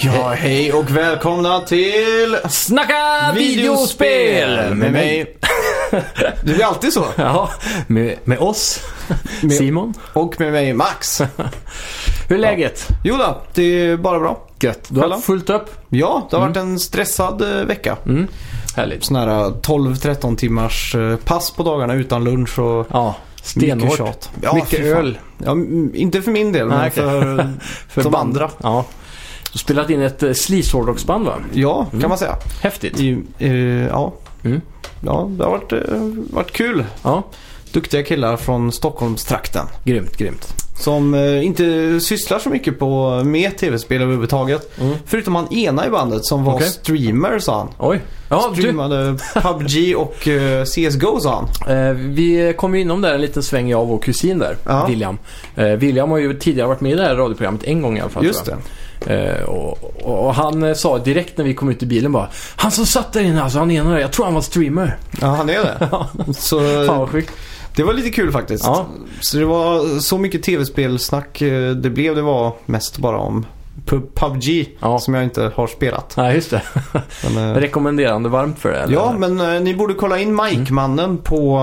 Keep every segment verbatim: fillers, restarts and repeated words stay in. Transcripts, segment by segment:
Ja, hej och välkomna till Snacka videospel med mig. Det blir alltid så. Ja, med, med oss, med, Simon. Och med mig, Max. Hur är läget? Ja. Jo då, det är bara bra. Gött. Du har fullt upp? Ja, det har mm. varit en stressad uh, vecka. Mm. Härligt. Sån här tolv tretton timmars uh, pass på dagarna utan lunch och ja, stenhårt. Mycket tjat. Ja, mycket öl. Ja, inte för min del, nej, men för, för de band. andra. Ja. Du har spelat in ett uh, sleaze-hårdrocksband, va? Ja, kan mm. man säga. Häftigt. I, uh, ja. Mm. Ja, det har varit, uh, varit kul. Ja. Duktiga killar från Stockholmstrakten. Grymt, grymt. Som eh, inte sysslar så mycket på med tv-spel överhuvudtaget. Mm. Förutom han ena i bandet som var okay. streamer, sa han. Oj. Ja, streamade du... P U B G och eh, C S G O, sa han. Eh, vi kom ju inom där en liten sväng, jag och vår kusin där, ja. William. Eh, William har ju tidigare varit med i det här radioprogrammet en gång i alla fall. Just det. Eh, och, och han eh, sa direkt när vi kom ut i bilen bara, han som satt där inne, alltså han ena där, jag tror han var streamer. Ja, han är det. Så... Fan vad sjukt. Det var lite kul faktiskt. Ja. Så det var så mycket tv-spelsnack det blev. Det var mest bara om P U B G, ja. Som jag inte har spelat. Nej, just det. Men, äh... rekommenderande varmt för det, eller? Ja, men äh, ni borde kolla in Mike-mannen mm. på,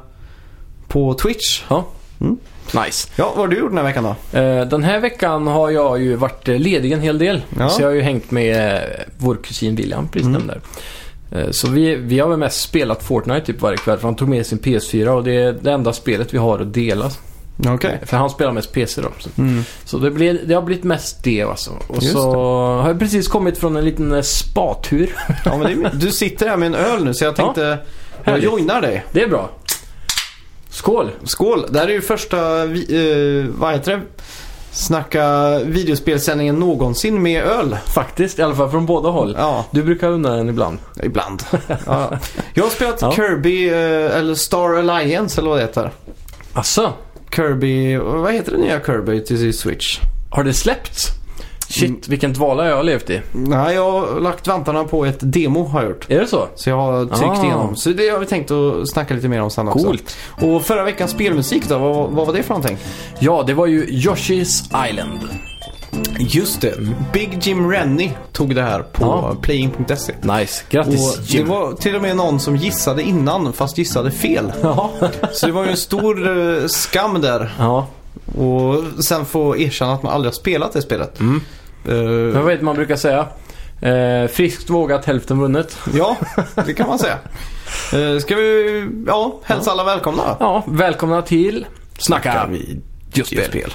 på Twitch. Ja. Mm. Nice. Ja, vad har du gjort den här veckan då? Uh, den här veckan har jag ju varit ledig en hel del. Ja. Så jag har ju hängt med uh, vår kusin William, precis mm. där. Så vi, vi har väl mest spelat Fortnite typ varje kväll, för han tog med sin P S fyra och det är det enda spelet vi har att dela. Okay. För han spelar mest P C då. Så, mm. så det, blev, det har blivit mest det alltså. Och Just så det. har jag precis kommit från en liten spatur. Ja, men det är, du sitter här med en öl nu, så jag tänkte ja, jag joinar dig. Det är bra. Skål! Skål! Det här är ju första uh, vad heter det? Snacka videospelsändningen någonsin med öl. Faktiskt, i alla fall från båda håll. Ja. Du brukar unna den ibland. Ibland. Ja. Jag har spelat ja. Kirby eh, eller Star Alliance eller vad det heter. Asså? Kirby, vad heter det nya Kirby till Switch? Har det släppts? Shit, mm. vilken dvala jag har levt i. Nej, jag har lagt vantarna på ett demo har jag gjort. Är det så? Så jag har tryckt ah. igenom. Så det har vi tänkt att snacka lite mer om sen också. Coolt. Och förra veckans spelmusik då, vad, vad var det för någonting? Ja, det var ju Yoshi's Island. Just det. Mm. Big Jim Rennie tog det här på ja. playing punkt se. Nice. Grattis, och Jim. Det var till och med någon som gissade innan, fast gissade fel. Ja. Så det var ju en stor uh, skam där. Ja. Och sen få erkänna att man aldrig har spelat det spelet. Mm. Uh, vad vet man brukar säga? Uh, friskt vågat, hälften vunnet. Ja, det kan man säga. Uh, ska vi ja, hälsa ja. alla välkomna? Ja, välkomna till Snacka videospel.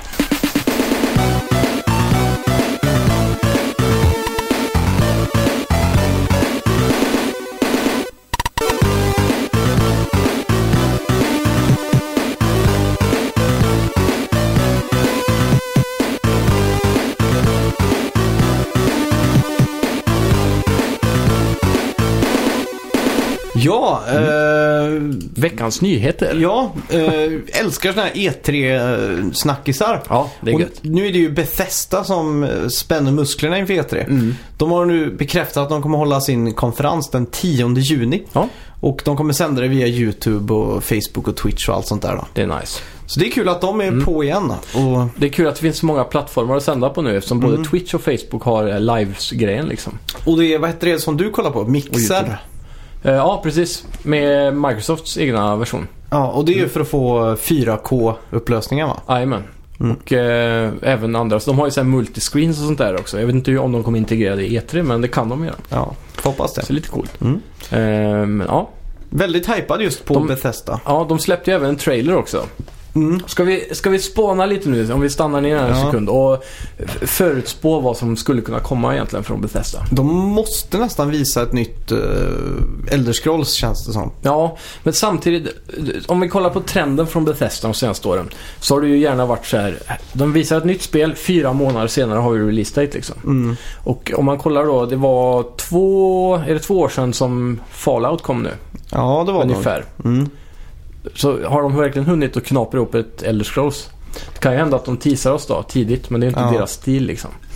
Ja, eh, veckans nyheter. Ja, eh, älskar såna här E tre-snackisar. Ja, det är och gött. Nu är det ju Bethesda som spänner musklerna inför E tre. Mm. De har nu bekräftat att de kommer hålla sin konferens den tionde juni. Ja. Och de kommer sända det via YouTube och Facebook och Twitch och allt sånt där då. Det är nice. Så det är kul att de är mm. på igen. Och... Det är kul att det finns så många plattformar att sända på nu, eftersom mm. både Twitch och Facebook har lives-grejen liksom. Och det är, vad heter det som du kollar på? Mixer? Ja, precis. Med Microsofts egna version. Ja, och det är ju för att få fyra K-upplösningar, va? Jajamän. Mm. Och eh, även andra. Så de har ju så här multiscreens och sånt där också. Jag vet inte om de kommer integrera det i E tre, men det kan de göra. Ja, hoppas det. Så lite coolt. Mm. Eh, men ja. Väldigt hypad just på de, Bethesda. Ja, de släppte ju även en trailer också. Mm. Ska vi, ska vi spåna lite nu, om vi stannar ner en ja. sekund och förutspå vad som skulle kunna komma egentligen från Bethesda? De måste nästan visa ett nytt uh, Elder Scrolls, känns det som. Ja, men samtidigt, om vi kollar på trenden från Bethesda de senaste åren, så har det ju gärna varit så här: de visar ett nytt spel, fyra månader senare har vi release date liksom. Mm. Och om man kollar då, det var två, är det två år sedan som Fallout kom nu? Ja, det var ungefär. Mm. Så har de verkligen hunnit att knapra upp ett Elder Scrolls. Det kan ju hända att de teasar oss då tidigt, men det är inte ja. deras stil liksom.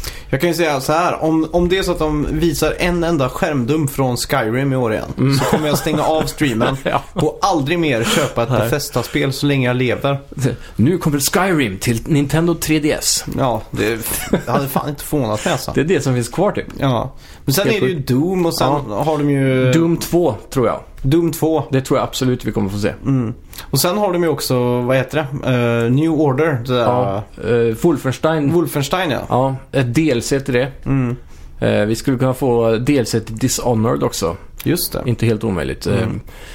Jag kan ju säga så här, om, om det är så att de visar en enda skärmdump från Skyrim i år igen mm. så kommer jag stänga av streamen ja. och aldrig mer köpa ett Bethesda-spel så länge jag lever. Nu kommer Skyrim till Nintendo tre D S. Ja, det, det hade fan inte förvånat mig alltså. Det är det som finns kvar typ. Ja, men sen är det ju Doom och sen ja. har de ju... Doom två tror jag. Doom två. Det tror jag absolut vi kommer få se. Mm. Och sen har de ju också, vad heter det? Uh, New Order. Det ja. uh, Wolfenstein. Wolfenstein, ja. Ja, ett D L C till det. Mm. Uh, vi skulle kunna få D L C till Dishonored också. Just det. Inte helt omöjligt. Mm. Uh,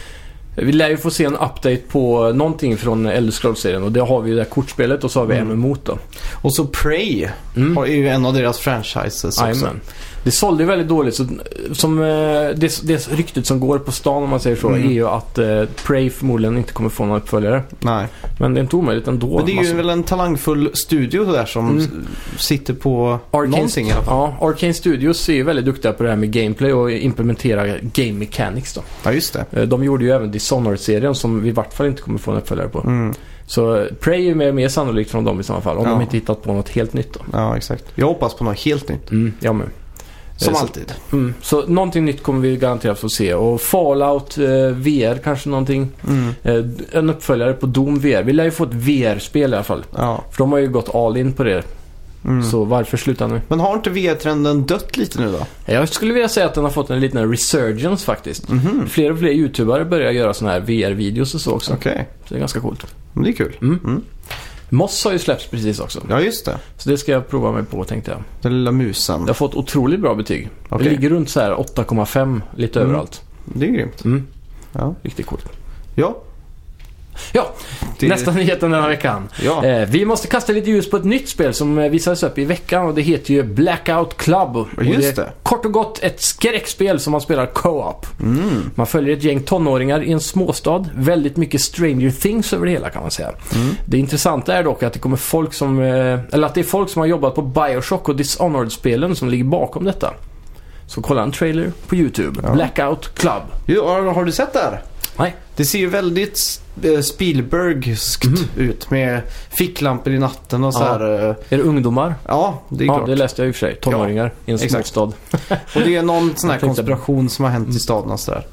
vi lär ju få se en update på någonting från Elder Scrolls-serien. Och det har vi ju det här kortspelet och så har vi mm. M M O då. Och så Prey mm. är ju en av deras franchises också. Amen. Det sålde ju väldigt dåligt. Så, som, det, det ryktet som går på stan om man säger så mm. är ju att uh, Prey förmodligen inte kommer få någon uppföljare. Nej. Men det är inte omöjligt ändå. Men det är ju massa... väl en talangfull studio där som mm. sitter på Arcane, någonting i alla fall. Ja, Arcane Studios är ju väldigt duktiga på det här med gameplay och implementera game mechanics då. Ja, just det. De gjorde ju även Dishonored-serien som vi i vart fall inte kommer få en uppföljare på. Mm. Så Prey är ju mer, mer sannolikt från dem i samma fall. Om ja. de inte hittat på något helt nytt då. Ja, exakt. Jag hoppas på något helt nytt. Mm, ja, men. Som så, alltid. Mm, så någonting nytt kommer vi garanterat få se. Och Fallout eh, V R kanske någonting. Mm. Eh, en uppföljare på Doom V R. Vi lär ju få ett V R-spel i alla fall. Ja. För de har ju gått all in på det. Mm. Så varför sluta nu? Men har inte V R-trenden dött lite nu då? Jag skulle vilja säga att den har fått en liten resurgence faktiskt. Mm-hmm. Fler och fler YouTubare börjar göra såna här V R-videos och så också. Okay. Så det är ganska coolt. Men det är kul. Mm. Mm. Moss har ju släppts precis också. Ja, just det. Så det ska jag prova mig på, tänkte jag. Den lilla musen. Det har fått otroligt bra betyg. Okay. Det ligger runt så här åtta komma fem lite mm. överallt. Det är grymt. Mm. Ja. Riktigt coolt. Ja. Ja, det... nästa nyheten den här veckan. Ja. Eh, vi måste kasta lite ljus på ett nytt spel som eh, visades upp i veckan och det heter ju Blackout Club. Och just det är kort och gott ett skräckspel som man spelar co-op. Mm. Man följer ett gäng tonåringar i en småstad. Väldigt mycket Stranger Things över det hela kan man säga. Mm. Det intressanta är dock att det kommer folk som eh, eller att det är folk som har jobbat på BioShock och Dishonored-spelen som ligger bakom detta. Så kolla en trailer på YouTube. Ja. Blackout Club. Ja, har du sett det här? Nej. Det ser ju väldigt eh, Spielbergskt mm. ut med ficklampor i natten och så ja. här. Eh... Är det ungdomar? Ja, det är ja, klart. Det läste jag i och för sig. Tonåringar ja, i en småstad. Och det är någon sån här konspiration som har hänt i staden och så där.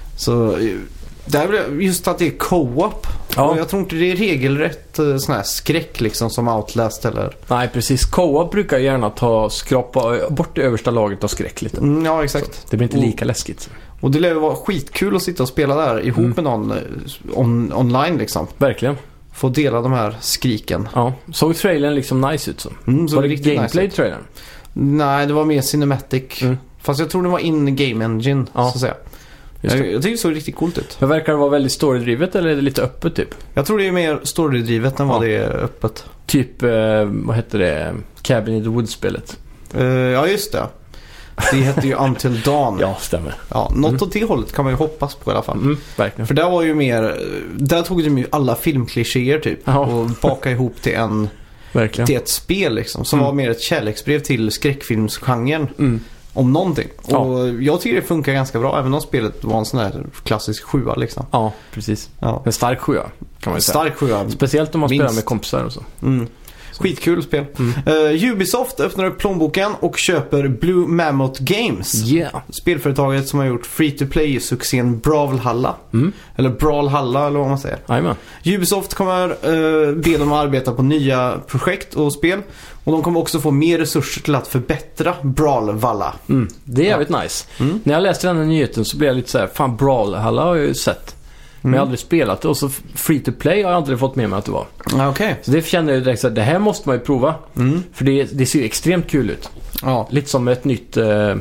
Så det är just att det är co-op. Ja. Och jag tror inte det är regelrätt sån här skräck liksom som Outlast eller... Nej, precis. Co-op brukar gärna ta skrapa bort det översta laget av skräck lite. Mm, ja, exakt. Så det blir inte lika och, läskigt. Och det lär vara skitkul att sitta och spela där ihop mm. med någon on, online liksom. Verkligen. Få dela de här skriken. Ja, såg trailern liksom nice ut så. Mm, så var det riktigt gameplay nice trailern? Nej, det var mer cinematic. Mm. Fast jag tror det var in game engine ja. Så att säga. Jag, jag tycker det såg riktigt coolt ut. Men verkar det vara väldigt storydrivet eller är det lite öppet typ? Jag tror det är mer storydrivet än ja. Vad det är öppet. Typ, eh, vad heter det? Cabin in the Woods-spelet. Uh, ja, just det. Det heter ju Until Dawn. Ja, stämmer. Ja, något mm. åt det hållet kan man ju hoppas på i alla fall. Mm, verkligen. För där var ju mer... Där tog de ju alla filmklichéer typ. Ja. Och baka ihop till en... Verkligen. Till ett spel liksom. Som mm. var mer ett kärleksbrev till skräckfilmsgenren. Mm. Om någonting. Ja. Och jag tycker det funkar ganska bra. Även om spelet var en sån här klassisk sjua liksom. Ja, precis. Ja. En stark sjua kan man säga. Stark sjua. Speciellt om man Minst. spelar med kompisar och så. Mm. Skitkul spel. Mm. Uh, Ubisoft öppnar upp plånboken och köper Blue Mammoth Games. Yeah. Spelföretaget som har gjort free-to-play-succén Brawlhalla. Mm. Eller Brawlhalla eller vad man säger. Amen. Ubisoft kommer uh, be dem att arbeta på nya projekt och spel. Och de kommer också få mer resurser till att förbättra Brawlhalla. Mm. Det är jävligt ja. nice. Mm. När jag läste den här nyheten så blev jag lite så här, fan Brawlhalla har jag ju sett. Men jag har aldrig spelat det. Och så free to play har jag aldrig fått med mig att det var. Okej. Okay. Så det kände jag direkt att det här måste man ju prova. Mm. För det, det ser ju extremt kul ut. Ja. Lite som ett nytt... Uh,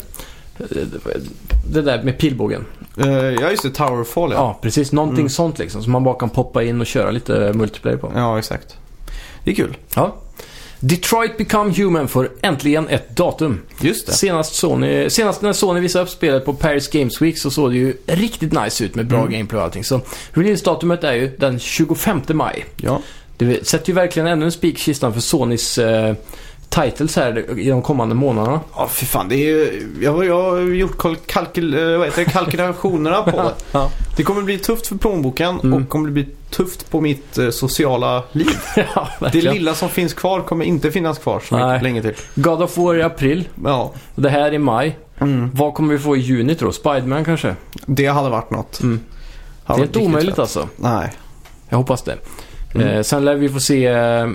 det där med pilbågen. Uh, ja, just det. Towerfall, ja. Ja, precis. Någonting mm. sånt liksom. Som man bara kan poppa in och köra lite multiplayer på. Ja, exakt. Det är kul. Ja. Detroit Become Human får äntligen ett datum. Just det. Senast, Sony, senast när Sony visade upp spelet på Paris Games Week så såg det ju riktigt nice ut med bra mm. gameplay och allting. Så release-datumet är ju den tjugofemte maj. Ja. Det sätter ju verkligen ännu en spik i kistan för Sonys eh, titles här i de kommande månaderna. Ja, för fan. Det är ju, jag, jag har gjort kalkyl, vad heter det, kalkylationerna på det. Ja. Det kommer bli tufft för plånboken mm. och kommer bli tufft på mitt eh, sociala liv. Ja, det lilla som finns kvar kommer inte finnas kvar så mycket länge till. God of War i april. Ja. Det här i maj. Mm. Vad kommer vi få i juni tror du? Spider-Man kanske? Det hade varit något. Mm. Det är inte omöjligt alltså. Nej. Jag hoppas det. Mm. Eh, sen lär vi få se... Eh,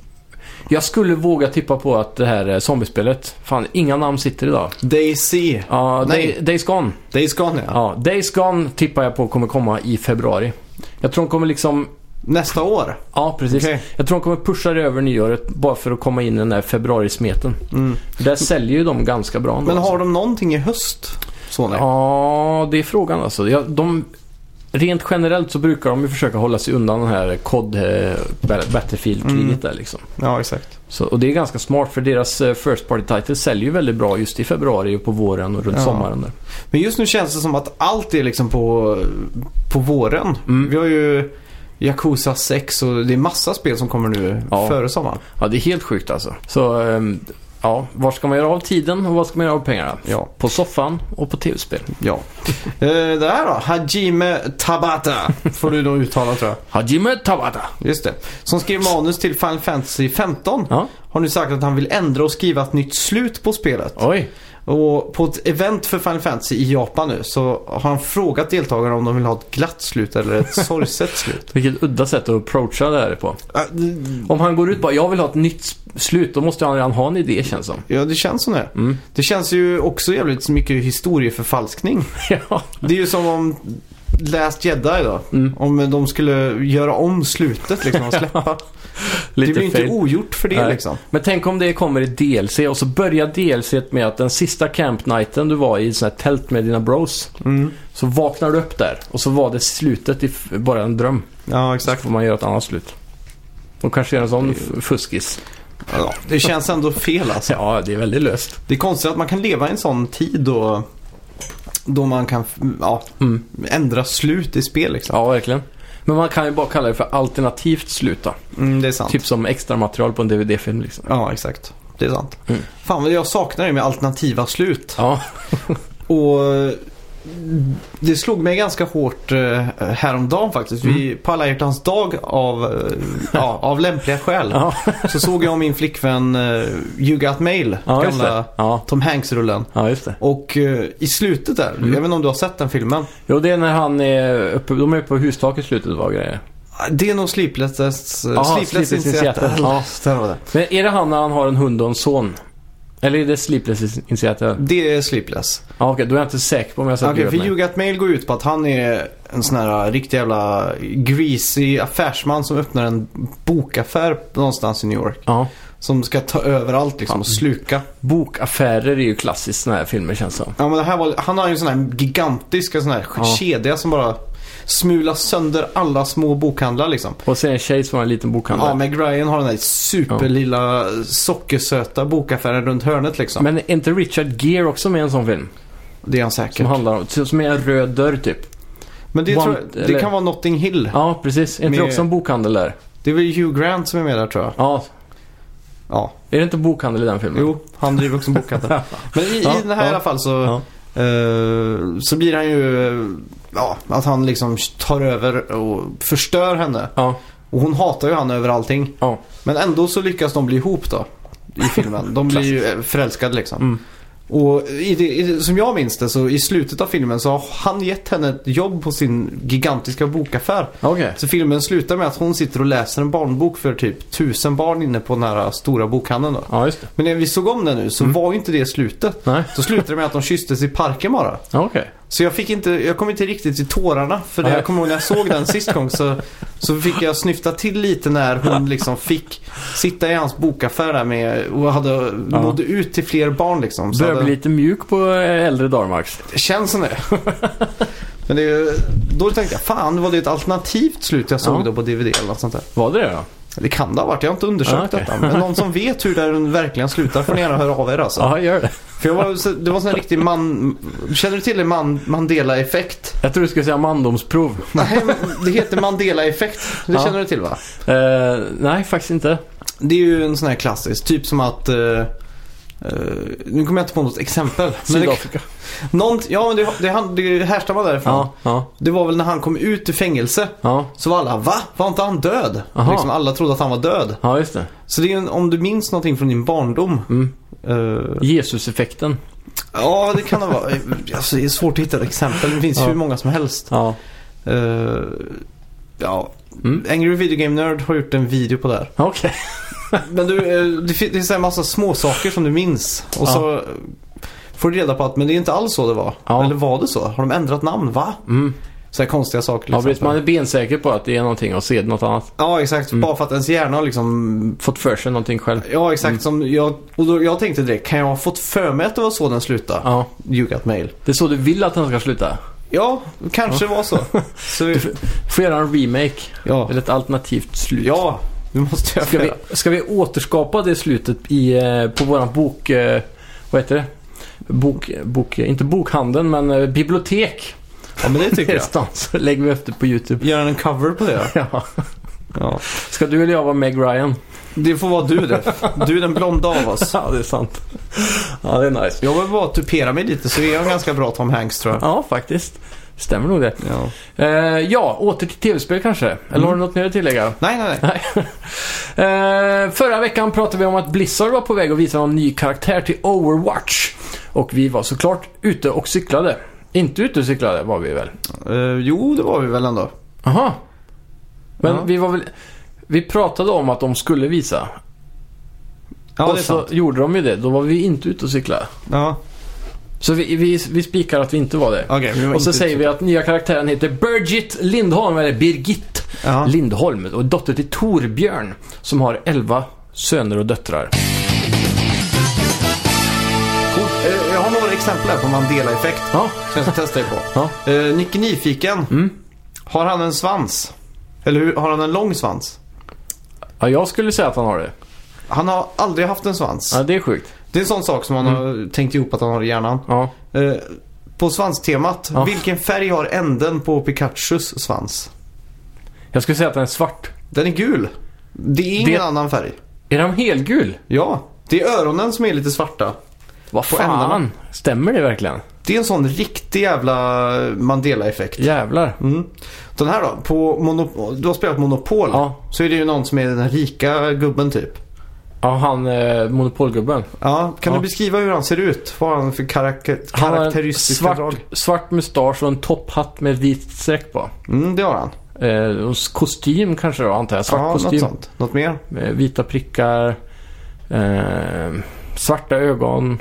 jag skulle våga tippa på att det här zombiespelet... Fan, inga namn sitter idag. Daisy. Ja, Day, Days Gone. Days Gone, ja. ja. Days Gone tippar jag på kommer komma i februari. Jag tror de kommer liksom... Nästa år? Ja, precis. Okay. Jag tror de kommer pusha det över nyåret bara för att komma in i den där februari-smeten. Mm. Där säljer ju de ganska bra. Men har alltså. de någonting i höst? Så nej. Ja, det är frågan alltså. Ja, de... Rent generellt så brukar de ju försöka hålla sig undan den här C O D äh, Battlefield-kriget mm. där liksom. Ja, exakt. Så, och det är ganska smart för deras uh, first party titles säljer ju väldigt bra just i februari och på våren och runt ja. sommaren där. Men just nu känns det som att allt är liksom på, på våren. Mm. Vi har ju Yakuza sex och det är massa spel som kommer nu ja. före sommaren. Ja, det är helt sjukt alltså. Så... Um, Ja, var ska man göra av tiden och vad ska man göra av pengarna? Ja. På soffan och på tv-spel. Ja. eh, det här då, Hajime Tabata får du nog uttala tror jag. Hajime Tabata. Just det. Som skrev manus till Final Fantasy femton ja. har nu sagt att han vill ändra och skriva ett nytt slut på spelet. Oj. Och på ett event för Final Fantasy i Japan nu så har han frågat deltagarna om de vill ha ett glatt slut eller ett sorgset slut. Vilket udda sätt att approacha det här på. Äh, om han går ut bara, jag vill ha ett nytt slut, då måste han redan ha en idé, känns som. Ja, det känns som det. Mm. Det känns ju också jävligt mycket historieförfalskning. Ja. Det är ju som om Last Jedi då. Mm. Om de skulle göra om slutet liksom och släppa. Det blir inte ogjort för det. Nej. Liksom. Men tänk om det kommer i D L C och så börjar D L C med att den sista camp nighten du var i sån här tält med dina bros. Mm. Så vaknar du upp där och så var det slutet i bara en dröm. Ja, exakt. Så får man göra ett annat slut. Och kanske göra en sån det... fuskis. Ja, det känns ändå fel alltså. Ja, det är väldigt löst. Det är konstigt att man kan leva i en sån tid då, då man kan ja, mm. ändra slut i spel liksom. Ja, verkligen. Men man kan ju bara kalla det för alternativt sluta. Mm, det är sant. Typ som extra material på en D V D-film liksom. Ja, exakt. Det är sant. Mm. Fan vad jag saknar det med alternativa slut. Ja. Och det slog mig ganska hårt eh, häromdagen faktiskt. Mm. Vi, på alla hjärtans dag av, eh, ja, av lämpliga skäl ja. så såg jag min flickvän eh, You Got Mail, ja, gamla ja. Tom Hanks-rullen. Ja, just det. Och eh, i slutet där, mm. jag vet inte om du har sett den filmen. Jo, det är när han är uppe, de är på hustaket i slutet var grejer. Det är nog Sleepless, uh, Sleepless in Seattle. Ja, det var det. Men är det han när han har en hund och en son? Eller är det Sleepless in Seattle? Det är Sleepless. Ja, okej. Okay, då är jag inte säker på om jag har sett okay, för You Got Mail går ut på att han är en sån här riktig jävla greasy affärsman som öppnar en bokaffär någonstans i New York. Ja. Som ska ta över allt liksom, ja. och sluka. Bokaffärer är ju klassiskt såna här filmer, känns som. Ja, men det här var, han har ju en sån här gigantisk sån här ja. kedja som bara smula sönder alla små bokhandlar liksom. Och sen en tjej som har en liten bokhandel. Ja, Meg Ryan har den där superlilla ja. sockersöta bokaffären runt hörnet liksom. Men är inte Richard Gere också med i en sån film? Det är han säkert. Som handlar om, som är en röd dörr typ. Men det, One, tror jag, det eller... kan vara Notting Hill. Ja, precis. Är inte med... också en bokhandel där? Det är väl Hugh Grant som är med där, tror jag. Ja. Ja. Är det inte bokhandel i den filmen? Jo, han driver också en bokhandel. Men i, ja, i den här ja. i alla fall så... Ja. Uh, så blir han ju ja, att han liksom tar över och förstör henne. Ja. Och hon hatar ju han över allting. Ja. Men ändå så lyckas de bli ihop då i filmen. De blir ju förälskade liksom. Mm. Och i det, i, som jag minns det så i slutet av filmen så har han gett henne ett jobb på sin gigantiska bokaffär. Okay. Så filmen slutar med att hon sitter och läser en barnbok för typ tusen barn inne på den här stora bokhandeln då. Ja, just det. Men när vi såg om den nu så mm. var ju inte det slutet. Nej. Så slutade det med att de kysstes i parken bara. Okay. Så jag fick inte, jag kom inte riktigt till tårarna. För det, jag kommer ihåg när jag såg den sist gång så, så fick jag snyfta till lite när hon liksom fick sitta i hans bokaffär där med och hade ja. nådde ut till fler barn liksom. Så börjar hade... bli lite mjuk på äldre dagar, Max. Det känns som det. Men det, då tänkte jag, fan, var det ett alternativt slut jag såg ja. då på D V D eller något sånt där. Var det då? Det kan det ha varit, jag har inte undersökt ah, okay. detta. Men någon som vet hur det verkligen slutar får ni gärna höra av er alltså. Ja, gör det. För jag var, det var sån här riktig man... Känner du till en man, Mandela-effekt? Jag tror du skulle säga mandomsprov. Nej, det heter Mandela-effekt. Det ja. känner du till, va? Uh, nej, faktiskt inte. Det är ju en sån här klassisk. Typ som att... Uh, Uh, nu kommer jag inte på något exempel. Sydafrika. Någon, ja, men det, det, det härstammar därifrån. Ja, ja. Det var väl när han kom ut ur fängelse. Ja. Så var alla, va? Var inte han död? Liksom, alla trodde att han var död. Ja, just det. Så det är en, om du minns någonting från din barndom. Mm. Uh, Jesus-effekten. Ja, det kan det vara. Alltså, det är svårt att hitta ett exempel. Det finns ja. hur många som helst. Ja. Uh, ja. Mm. Angry Video Game Nerd har gjort en video på det här. Okej. Okay. Men du, det är en massa små saker som du minns. Och ja. så får du reda på att men det är inte alls så det var. Ja. Eller var det så? Har de ändrat namn? Va? Mm. Så här konstiga saker. Liksom. Ja, man är bensäker på att det är någonting och ser något annat. Ja, exakt. Mm. Bara för att ens hjärna har liksom fått för sig någonting själv. Ja, exakt. Mm. Som jag, och då, jag tänkte direkt, kan jag ha fått för mig att det var så den slutade? Ja. You got mail. Det är så du vill att den ska sluta? Ja, kanske ja. var så. så vi... Du får göra en remake. Ja. Eller ett alternativt slut. Ja, det måste jag ska vi, ska vi återskapa det slutet i, på våran bok... Vad heter det? Bok, bok, inte bokhandeln, men bibliotek. Ja, men det tycker jag. Så lägger vi efter på YouTube. Gör en cover på det. Ja. Ja. Ska du eller jag vara Meg Ryan? Det får vara du det. Du är den blonda av oss. Ja, det är sant. Ja, det är nice. Jag vill bara tupera mig lite så är jag en ganska bra Tom Hanks, tror jag. Ja, faktiskt. Stämmer nog det. Ja, uh, ja åter till tv-spel kanske. Eller mm. har du något mer att tillägga? Nej, nej, nej. uh, förra veckan pratade vi om att Blizzard var på väg att visa en ny karaktär till Overwatch. Och vi var såklart ute och cyklade. Inte ute och cyklade var vi väl? Uh, jo, det var vi väl ändå. Aha. Men ja. vi var väl... Vi pratade om att de skulle visa. Ja, och det är så sant. gjorde de ju det. Då var vi inte ute och cykla. Ja. Så vi, vi, vi spikar att vi inte var det. Okay, vi var och så inte säger ute. vi att nya karaktären heter Birgit Lindholm. Eller Birgit ja. Lindholm. Och dotter till Torbjörn. Som har elva söner och döttrar. Jag har några exempel här på Mandela-effekt. Ja. Som jag ska testa dig på. Ja. Uh, Nick Nyfiken. Mm. Har han en svans? Eller hur, har han en lång svans? Ja, jag skulle säga att han har det. Han har aldrig haft en svans. Ja, det är sjukt. Det är en sån sak som man mm. har tänkt ihop att han har i hjärnan. Ja. Uh, på svanstemat. Ja. Vilken färg har änden på Pikachus svans? Jag skulle säga att den är svart. Den är gul. Det är ingen det... annan färg. Är den helgul? Ja. Det är öronen som är lite svarta. Vad fan? Stämmer det verkligen? Det är en sån riktig jävla Mandela-effekt. Jävlar. Mm. Den här då, på Monop- du har spelat Monopol. Ja. Så är det ju någon som är den rika gubben typ. Ja, han eh, monopolgubben. Ja, kan ja. du beskriva hur han ser ut? Vad har han för karak- karaktäristiska svart, drag? Svart mustasch och en topphatt med vit streck på. Mm, det har han. Eh, och kostym kanske då, antar jag. Svart ja, kostym. Något sånt. Något mer? Med vita prickar. Eh, svarta ögon.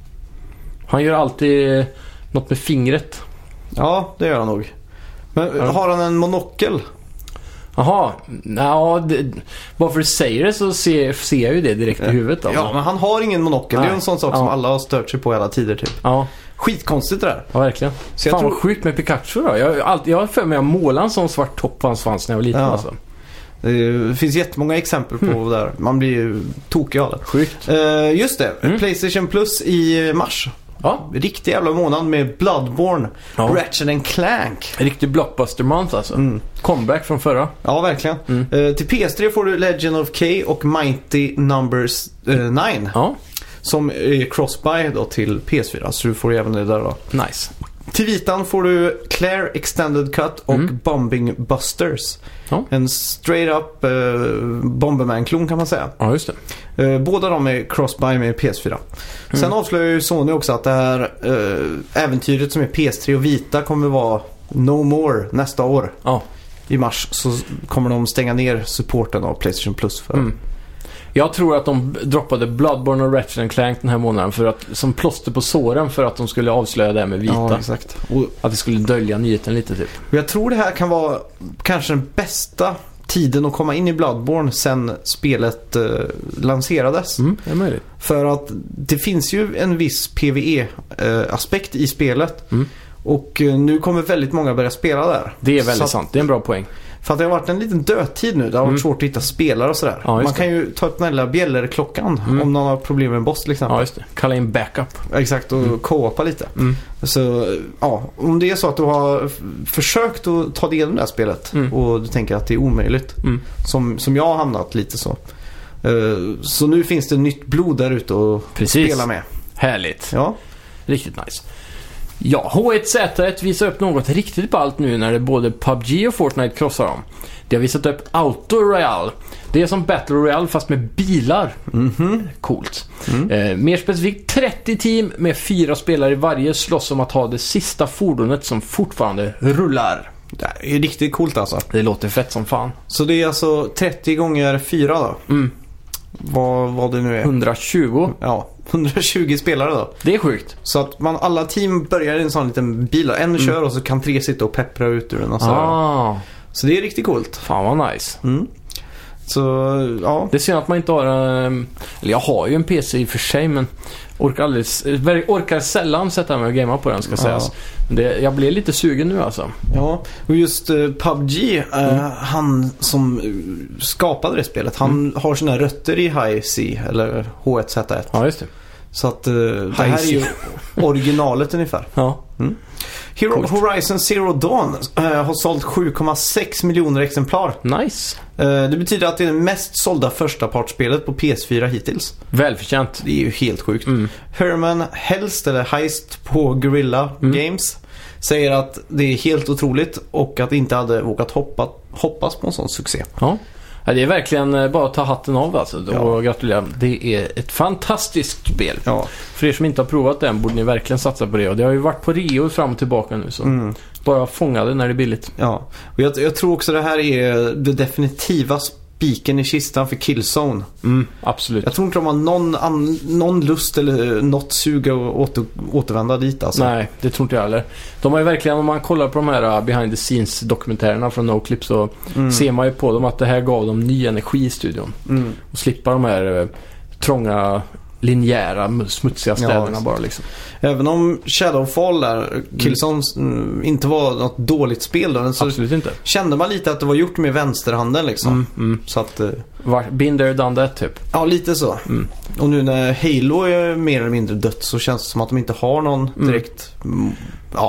Han gör alltid något med fingret. Ja, det gör han nog. Men ja. Har han en monokel? Jaha, ja, det, bara för att du säger det så ser, ser jag ju det direkt i huvudet. Alltså. Ja, men han har ingen monokel. Nej. Det är en sån sak ja. som alla har stört sig på hela tider typ. Ja. Skitkonstigt det där. Ja, verkligen. Så jag Fan tror... vad sjukt med Pikachu då. Jag, alltid, jag har för mig att måla en sån svart topp på hans svans när jag var liten. Ja. Alltså. Det finns jättemånga exempel på mm. där. Man blir ju tokig av det. Sjukt. Uh, just det. Mm. PlayStation Plus i mars. Ja. Riktig jävla månad med Bloodborne, ja. Ratchet and Clank. Riktig blockbuster month alltså. Mm. Comeback från förra. Ja, verkligen. Mm. Uh, till P S tre får du Legend of K och Mighty Numbers uh, nio. Ja. Som är cross-buy då till P S fyra. Så du får även det där då. Nice. Till Vitan får du Claire Extended Cut och mm. Bombing Busters. Ja. En straight up uh, Bomberman-klon kan man säga. Ja, just det. Uh, båda de är cross-buy med P S fyra. Mm. Sen avslöjar ju Sony också att det här uh, äventyret som är P S tre och Vita kommer vara no more nästa år. Ja. I mars så kommer de stänga ner supporten av PlayStation Plus för. Mm. Jag tror att de droppade Bloodborne och Ratchet and Clank den här månaden för att, som plåster på såren för att de skulle avslöja det med Vita. Ja, exakt. Och att det skulle dölja nyheten lite typ. Jag tror det här kan vara kanske den bästa tiden att komma in i Bloodborne sen spelet eh, lanserades. Mm, det är möjligt. För att det finns ju en viss PvE-aspekt i spelet. Mm. Och eh, nu kommer väldigt många börja spela där. Det är väldigt Så sant, det är en bra poäng. För att det har varit en liten dödtid nu. Det har varit mm. svårt att hitta spelare och sådär. Ja, man kan ju ta upp den lilla bjällerklockan mm. om någon har problem med en boss till exempel. Ja, just det. Kalla in backup. Exakt, och mm. co-opa lite. Mm. Så ja, om det är så att du har f- försökt att ta det igenom det här spelet mm. och du tänker att det är omöjligt, mm. som, som jag har hamnat lite så, Uh, så nu finns det nytt blod där ute och Precis. spela med. Härligt. Ja. Riktigt nice. Ja, H ett Z ett visar upp något riktigt ballt nu när det både P U B G och Fortnite krossar dem. Det har visat upp Auto Royale. Det är som Battle Royale fast med bilar. Mm-hmm. Coolt. Mm. Eh, mer specifikt trettio team med fyra spelare i varje slåss om att ha det sista fordonet som fortfarande rullar. Det är riktigt coolt alltså. Det låter fett som fan. Så det är alltså trettio gånger fyra då? Mm. Vad, vad det nu är. hundratjugo. Ja, hundratjugo spelare då. Det är sjukt. Så att man, alla team börjar i en sån liten bil. En mm. kör och så kan tre sitta och peppra ut ur den. Och så, ah. så det är riktigt coolt. Fan vad nice. Mm. Så, ja. Det är synd att man inte har... Eller jag har ju en P C i och för sig, men orkar, alldeles, orkar sällan sätta mig och gamea på den, ska sägas. Ja. Det, jag blir lite sugen nu alltså. Ja, och just uh, P U B G, uh, mm. han som skapade det spelet, han mm. har sina rötter i High C, eller H ett Z ett. Ja, just det. Så att uh, det här är ju originalet ungefär. Ja. Mm. Hero, Horizon Zero Dawn uh, har sålt sju komma sex miljoner exemplar. Nice. Uh, det betyder att det är det mest sålda första partsspelet på P S fyra hittills. Välförtjänt. Det är ju helt sjukt. Mm. Herman Helst, eller Heist på Guerrilla mm. Games, säger att det är helt otroligt och att inte hade vågat hoppa, hoppas på en sån succé. Ja. Ja, det är verkligen bara att ta hatten av alltså, och ja. gratulera. Det är ett fantastiskt spel. Ja. För er som inte har provat den borde ni verkligen satsa på det. Och det har ju varit på Rio fram och tillbaka nu, så mm. bara fånga det när det är billigt. Ja, och jag, jag tror också det här är det definitiva spiken i kistan för Killzone. Mm, absolut. Jag tror inte de har någon, an, någon lust eller något sug att åter, återvända dit alltså. Nej, det tror inte jag heller. De har ju verkligen, om man kollar på de här behind the scenes dokumentärerna från NoClip, så mm. ser man ju på dem att det här gav dem ny energi i studion. Mm. Och slippa de här eh, trånga, linjära, smutsiga städerna ja, bara liksom. Även om Shadowfall där, Killzone mm. inte var något dåligt spel då, så absolut inte. Kände man lite att det var gjort med vänsterhanden liksom. Mm, mm. Så att uh... been there, done that typ. Ja, lite så. Mm. Och nu när Halo är mer eller mindre dött, så känns det som att de inte har någon direkt mm. ja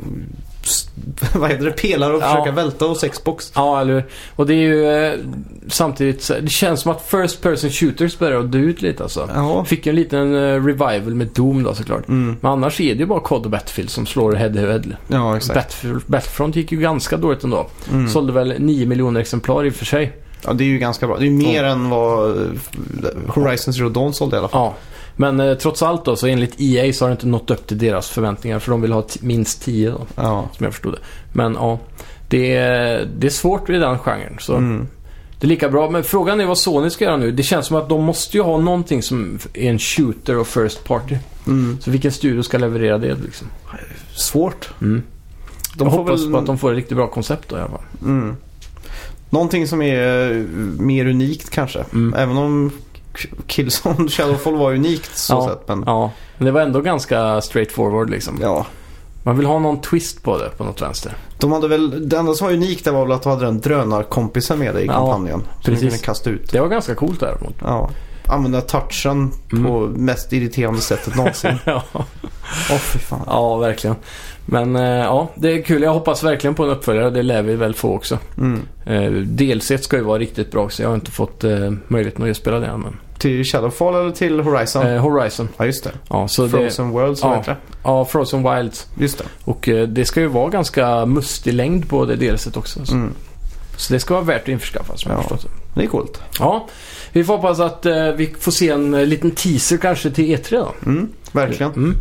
vad heter det, pelare och försöka ja. välta hos Xbox. Ja, eller och det är ju eh, samtidigt, det känns som att first person shooters börjar att dö ut lite alltså. Ja. Fick en liten eh, revival med Doom då såklart. Mm. Men annars är det ju bara C O D och Battlefield som slår head to head. Ja, exakt. Battlefield, Battlefront gick ju ganska dåligt ändå. Mm. Sålde väl nio miljoner exemplar i och för sig. Ja, det är ju ganska bra. Det är mer ja. än vad Horizon Zero Dawn sålde i alla fall. Ja. Men eh, trots allt då, så enligt E A så har det inte nått upp till deras förväntningar, för de vill ha t- minst tio då, ja. som jag förstod det. Men ja, det är, det är svårt i den genren, så mm. det är lika bra. Men frågan är vad Sony ska göra nu. Det känns som att de måste ju ha någonting som är en shooter och first party. Mm. Så vilken studio ska leverera det liksom? Svårt. Mm. De jag hoppas väl... på att de får ett riktigt bra koncept då i alla fall. Mm. Någonting som är mer unikt kanske. Mm. Även om Killzone Shadowfall var unikt så ja, sätt, men... ja, men det var ändå ganska straightforward liksom. Ja. Man vill ha någon twist på det på något vänster. De hade väl, det enda som var unikt var väl att de hade en drönarkompisen med dig i ja, kampanjen. Som de kunde kasta ut. Det var ganska coolt däremot. Ja. Använda touchen mm. på mest irriterande sättet någonsin. ja. Åh, fy fan. Ja, verkligen. Men äh, ja, det är kul. Jag hoppas verkligen på en uppföljare. Det lär vi väl få också. Mm. Äh, D L C ska ju vara riktigt bra, så jag har inte fått äh, möjligheten att spela det än. Men... Till Shadowfall eller till Horizon? Eh, Horizon. Ja, just det. Ja, så Frozen det... Worlds, ja, heter det? Ja, Frozen Wilds. Just det. Och eh, det ska ju vara ganska mustig längd på det D L C också. Så. Mm. så det ska vara värt att införskaffa, som ja, jag förstått. Det är coolt. Ja, vi får hoppas att eh, vi får se en eh, liten teaser kanske till E tre då. Mm, verkligen. Mm.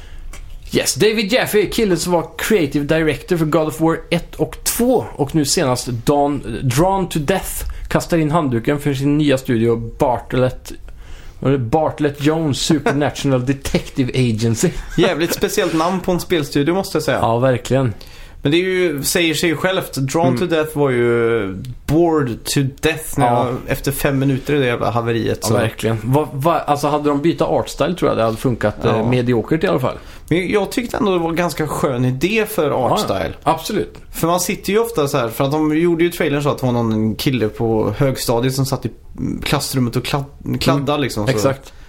Yes, David Jaffe, killen som var creative director för God of War ett och två och nu senast Dawn, Drawn to Death, kastar in handduken för sin nya studio Bartlett Bartlett Jones Supernatural Detective Agency. Jävligt speciellt namn på en spelstudio, måste jag säga. Ja, verkligen. Men det är ju, säger sig självt, Drawn mm. to Death var ju bored to death när ja. jag, efter fem minuter i det jävla haveriet. Så. Ja, verkligen. Va, va, alltså hade de bytt artstyle tror jag det hade funkat ja. eh, mediokert i alla fall. Men jag tyckte ändå det var en ganska skön idé för artstyle. Ja, absolut. För man sitter ju ofta så här, för att de gjorde ju trailern så att det var någon kille på högstadiet som satt i klassrummet och kladd, kladdade mm. liksom. Så. Exakt.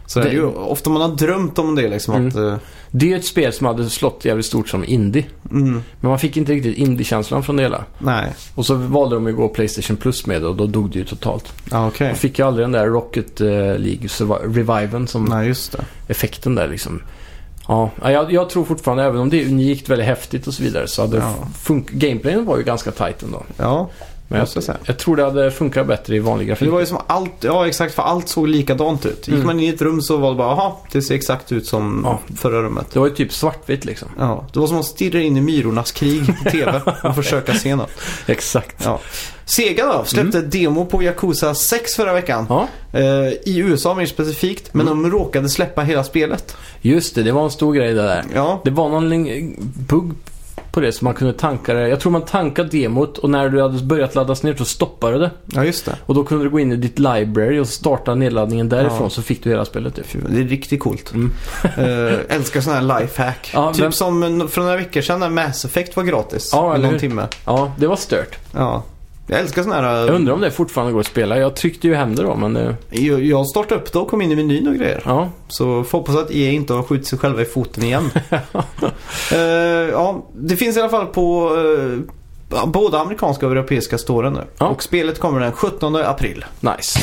Så det är ju ofta man har drömt om det liksom mm. att... Uh... Det är ett spel som hade slått jävligt stort som indie. Mm. Men man fick inte riktigt indie-känslan från det hela. Nej. Och så valde de att gå PlayStation Plus med det och då dog det ju totalt. Ah, okay. Jag fick ju aldrig den där Rocket uh, League reviven som Nej, just det. effekten där liksom. Ja, jag, jag tror fortfarande, även om det är unikt, väldigt häftigt och så vidare, så hade ja. fun- gameplayen var ju ganska tight ändå. Ja. Men jag, jag, jag tror det hade funkat bättre i vanlig grafik. Det var ju som allt, ja exakt, för allt såg likadant ut. Gick mm. man in i ett rum så var det bara, aha, det ser exakt ut som ja. förra rummet. Det var ju typ svartvitt liksom. Ja, det var som att stirra in i myrornas krig på tv och försöka se något. Exakt. Ja. Sega då, släppte mm. demo på Yakuza sex förra veckan. Ja. Eh, I U S A mer specifikt, men mm. de råkade släppa hela spelet. Just det, det var en stor grej det där. Ja. Det var någon bugg på det så man kunde tanka det. Jag tror man tankade demot och när du hade börjat laddas ner så stoppade det. Ja, just det. Och då kunde du gå in i ditt library och starta nedladdningen därifrån ja. så fick du hela spelet. Typ. Det är riktigt coolt. Mm. uh, älskar sån här lifehack. Ja, typ vem... som för några veckor sedan när Mass Effect var gratis. Ja, eller någon timme. Ja, det var stört. Ja. Jag älskar sån här... Jag undrar om det fortfarande går att spela. Jag tryckte ju hem det då, men det... Jag, jag startade upp det och kom in i menyn och grejer. Ja. Så får hoppas att E A inte har skjutit sig själva i foten igen. uh, ja, det finns i alla fall på uh, både amerikanska och europeiska storen nu. Ja. Och spelet kommer den sjuttonde april. Nice.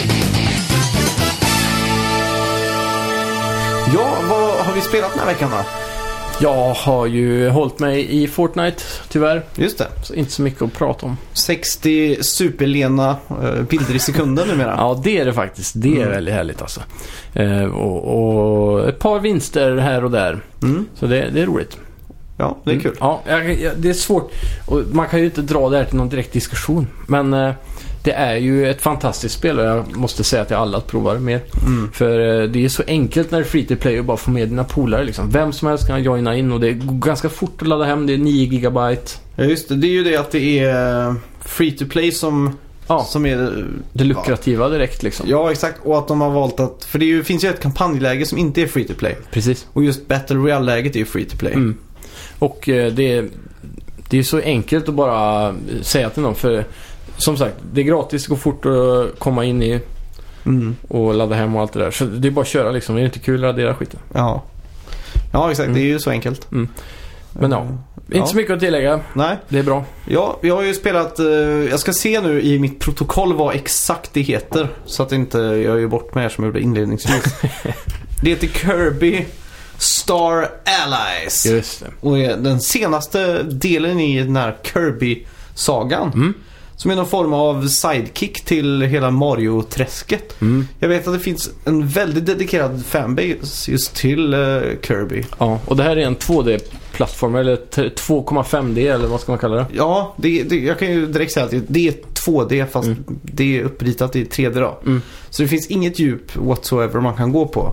Ja, vad har vi spelat den här veckan då? Jag har ju hållit mig i Fortnite, tyvärr. Just det. Så inte så mycket att prata om. sextio superlena uh, bilder i sekunden numera. Ja, det är det faktiskt. Det är mm. väldigt härligt alltså. Uh, och, och ett par vinster här och där. Mm. Så det, det är roligt. Ja, det är kul. Mm. Ja, jag, jag, det är svårt. Och man kan ju inte dra det här till någon direkt diskussion. Men... Uh, det är ju ett fantastiskt spel och jag måste säga till alla att prova det mer. Mm. För det är så enkelt när det är free to play och bara få med dina polare liksom. Vem som helst kan joina in och det går ganska fort att ladda hem. Det är nio gigabyte. Ja, just det. Det är ju det att det är free to play som, ja. som är det lukrativa ja. direkt liksom. Ja, exakt. Och att de har valt att... För det är ju, finns ju ett kampanjläge som inte är free to play. Precis. Och just Battle Royale-läget är ju free to play. Mm. Och eh, det, är, det är så enkelt att bara säga till någon för... Som sagt, det är gratis, det går fort att komma in i mm. och ladda hem och allt det där. Så det är bara att köra liksom, det är inte kul att radera skiten. Ja, ja exakt, mm. det är ju så enkelt. Mm. Men ja, inte ja. så mycket att tillägga. Nej. Det är bra. Ja, jag har ju spelat, eh, jag ska se nu i mitt protokoll vad exakt det heter. Så att inte jag är bort med er som jag gjorde inledningsvis. Det heter Kirby Star Allies. Just det. Och är den senaste delen i den här Kirby-sagan. Mm. Som är någon form av sidekick till hela Mario-träsket. Mm. Jag vet att det finns en väldigt dedikerad fanbase just till uh, Kirby. Ja, och det här är en två D-plattform eller två komma fem D eller vad ska man kalla det? Ja, det, det, jag kan ju direkt säga att det, det är två D fast mm. det är uppritat i tre D då. Mm. Så det finns inget djup whatsoever man kan gå på.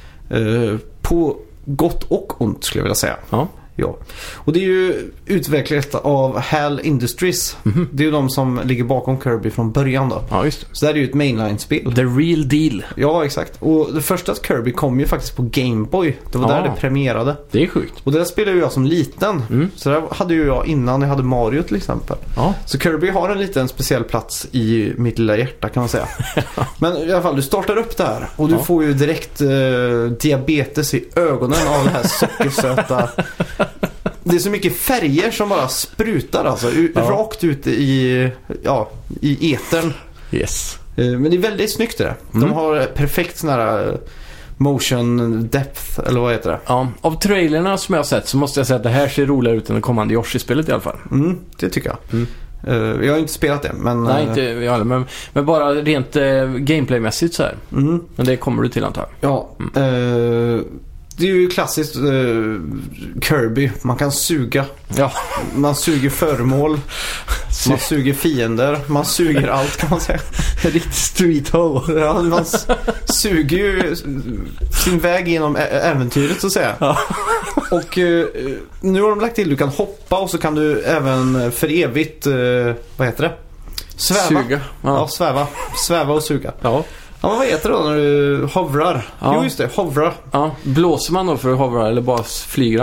Uh, på gott och ont skulle jag vilja säga. Ja. Ja. Och det är ju utvecklat av HAL Industries. Mm-hmm. Det är ju de som ligger bakom Kirby från början då. Ja, just det. Så det är ju ett mainline-spel. The real deal. Ja, exakt. Och det första Kirby kom ju faktiskt på Game Boy. Det var ja. där det premierade. Det är sjukt. Och det där spelade ju jag som liten. Mm. Så det hade ju jag innan jag hade Mario till exempel. Ja. Så Kirby har en liten speciell plats i mitt lilla hjärta kan man säga. Men i alla fall, du startar upp det här. Och du ja. får ju direkt eh, diabetes i ögonen av det här sockersöta... Det är så mycket färger som bara sprutar alltså, u- ja. rakt ut i, ja, i etern. Yes. Men det är väldigt snyggt det. De mm. har perfekt sån här motion depth, eller vad heter det? Ja, av trailerna som jag har sett så måste jag säga att det här ser roligare ut än det kommande Yoshi-spelet i alla fall. Mm, det tycker jag. Mm. Uh, jag har inte spelat det, men... Nej, inte jag heller, men, men bara rent uh, gameplaymässigt så här. Mm. Men det kommer du till antar. Ja, mm. uh, det är ju klassiskt uh, Kirby. Man kan suga. Ja. Man suger föremål. Man suger fiender. Man suger allt kan man säga. Riktigt street hole. Ja, man suger ju sin väg genom ä- äventyret så att säga. Ja. Och uh, nu har de lagt till du kan hoppa och så kan du även för evigt uh, vad heter det? Sväva. Suga. Ja, ja sväva. Sväva och suga. Ja. Ja, men vad heter det då när du hovrar? Ja. Jo, just det, hovra. Ja, blåser man då för att hovra eller bara flyger han?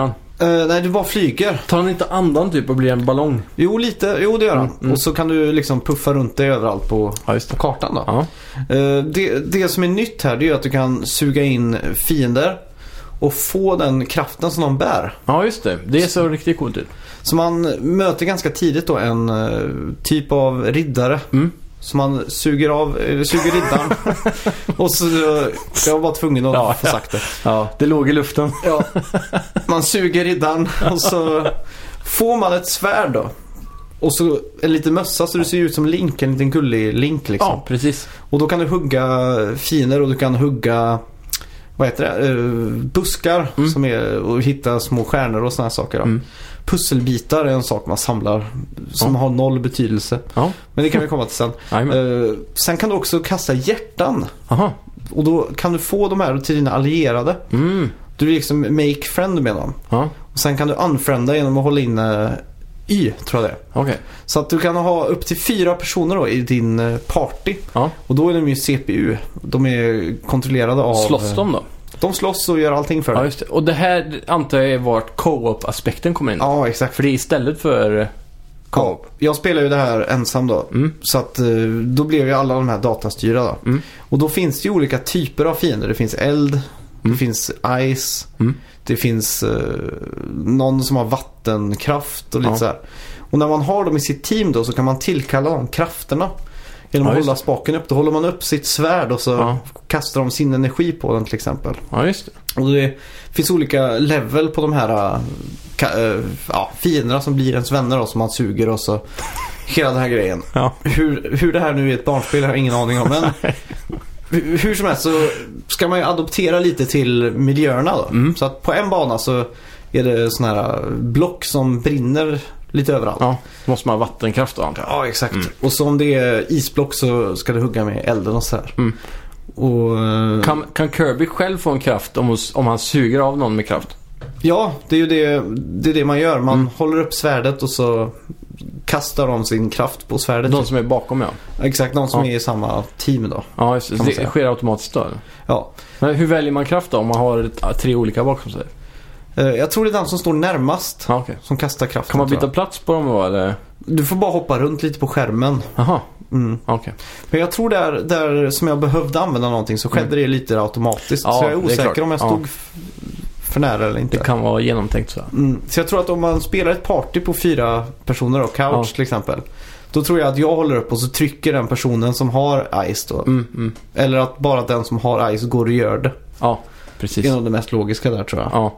Uh, nej, du bara flyger. Tar han inte andan typ och blir en ballong? Jo, lite. Jo, det gör han. Mm, mm. Och så kan du liksom puffa runt dig överallt på, ja, just det. på kartan då. Ja. Uh, det, det som är nytt här, det är att du kan suga in fiender och få den kraften som de bär. Ja, just det. Det är så riktigt coolt ut. Så man möter ganska tidigt då en uh, typ av riddare. Mm. Så man suger av, eller suger riddaren. Och så jag var tvungen att ja, få sagt det. Ja, det låg i luften. Ja. Man suger riddaren och så får man ett svärd då. Och så en liten mössa så du ser ut som Link, en liten gullig Link liksom. Ja, precis. Och då kan du hugga fiender och du kan hugga, vad heter det, uh, buskar mm. som är, och hitta små stjärnor och såna här saker då. Mm. Pusselbitar är en sak man samlar som ja. har noll betydelse. Ja. Men det kan vi komma till sen. uh, Sen kan du också kasta hjärtan. Aha. Och då kan du få de här till dina allierade. Mm. Du liksom make friend med dem. Ja. Och sen kan du unfrienda genom att hålla in uh, Y, tror jag det. Okay. Så att du kan ha upp till fyra personer då i din party. Ja. Och då är de ju C P U. De är kontrollerade av... Slåss de då? De slåss och gör allting för ja, det. Just det. Och det här antar jag är vart co-op-aspekten kommer in. Ja, exakt. För det är istället för co-op. Ja, jag spelar ju det här ensam då. Mm. Så att då blev ju alla de här datastyrda då. Mm. Och då finns det ju olika typer av fiender. Det finns eld, mm. det finns ice, mm. det finns uh, någon som har vattenkraft och lite ja. så här. Och när man har dem i sitt team då så kan man tillkalla de krafterna. Genom att ja, hålla spaken upp. Då håller man upp sitt svärd och så ja. kastar de sin energi på den till exempel. Ja, just det. Och det finns olika level på de här äh, ja, fienderna som blir ens vänner då, som man suger och så hela den här grejen. Ja. Hur, hur det här nu är ett barnspel har jag ingen aning om. Men hur, hur som helst så ska man ju adoptera lite till miljöerna då. Mm. Så att på en bana så är det såna här block som brinner lite överallt. Ja, då måste man ha vattenkraft då. Ja, exakt. Mm. Och så om det är isblock så ska du hugga med elden och så här. Mm. Och, kan, kan Kirby själv få en kraft om, om han suger av någon med kraft? Ja, det är ju det, det, är det man gör. Man mm. håller upp svärdet och så kastar de sin kraft på svärdet. De som är bakom, ja. Exakt, de som ja. är i samma team då. Ja, just det. Det sker automatiskt då? Eller? Ja. Men hur väljer man kraft då om man har tre olika bakom sig? Jag tror det är den som står närmast ah, okay. som kastar kraften. Kan man byta plats på dem då, eller? Du får bara hoppa runt lite på skärmen. Aha. Mm. Okay. Men jag tror där, där som jag behövde använda någonting så skedde mm. det lite automatiskt. Ja, så jag är osäker är om jag stod ja. för nära eller inte. Det kan vara genomtänkt så. Mm. Så jag tror att om man spelar ett party på fyra personer och couch ja. till exempel. Då tror jag att jag håller upp och så trycker den personen som har ice då. Mm, mm. Eller att bara den som har ice går och gör det. Ja, precis. Det är nog det mest logiska där, tror jag. Ja.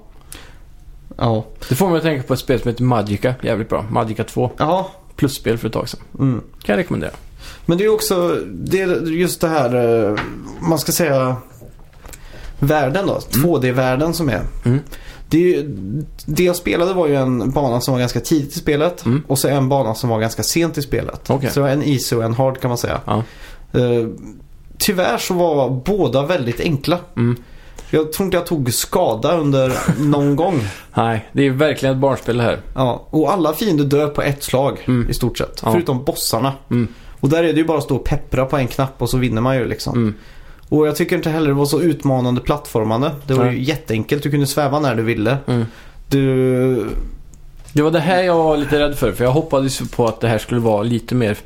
Ja. Det får mig att tänka på ett spel som heter Magica. Jävligt bra. Magica två. Ja. Plusspel för ett tag sedan. Mm. Kan jag rekommendera. Men det är också det är just det här, man ska säga, världen då. Mm. två D-världen som är. Mm. Det, det jag spelade var ju en bana som var ganska tidigt i spelet. Mm. Och så en bana som var ganska sent i spelet. Okay. Så en easy och en hard kan man säga. Ja. Uh, tyvärr så var båda väldigt enkla. Mm. Jag tror inte jag tog skada under någon gång. Nej, det är verkligen ett barnspel här. Ja, och alla fiender dör på ett slag mm. i stort sett. Ja. Förutom bossarna. Mm. Och där är det ju bara att stå och peppra på en knapp och så vinner man ju liksom. Mm. Och jag tycker inte heller det var så utmanande plattformande. Det var Nej. ju jätteenkelt. Du kunde sväva när du ville. Mm. Du... Det var det här jag var lite rädd för. För jag hoppades på att det här skulle vara lite mer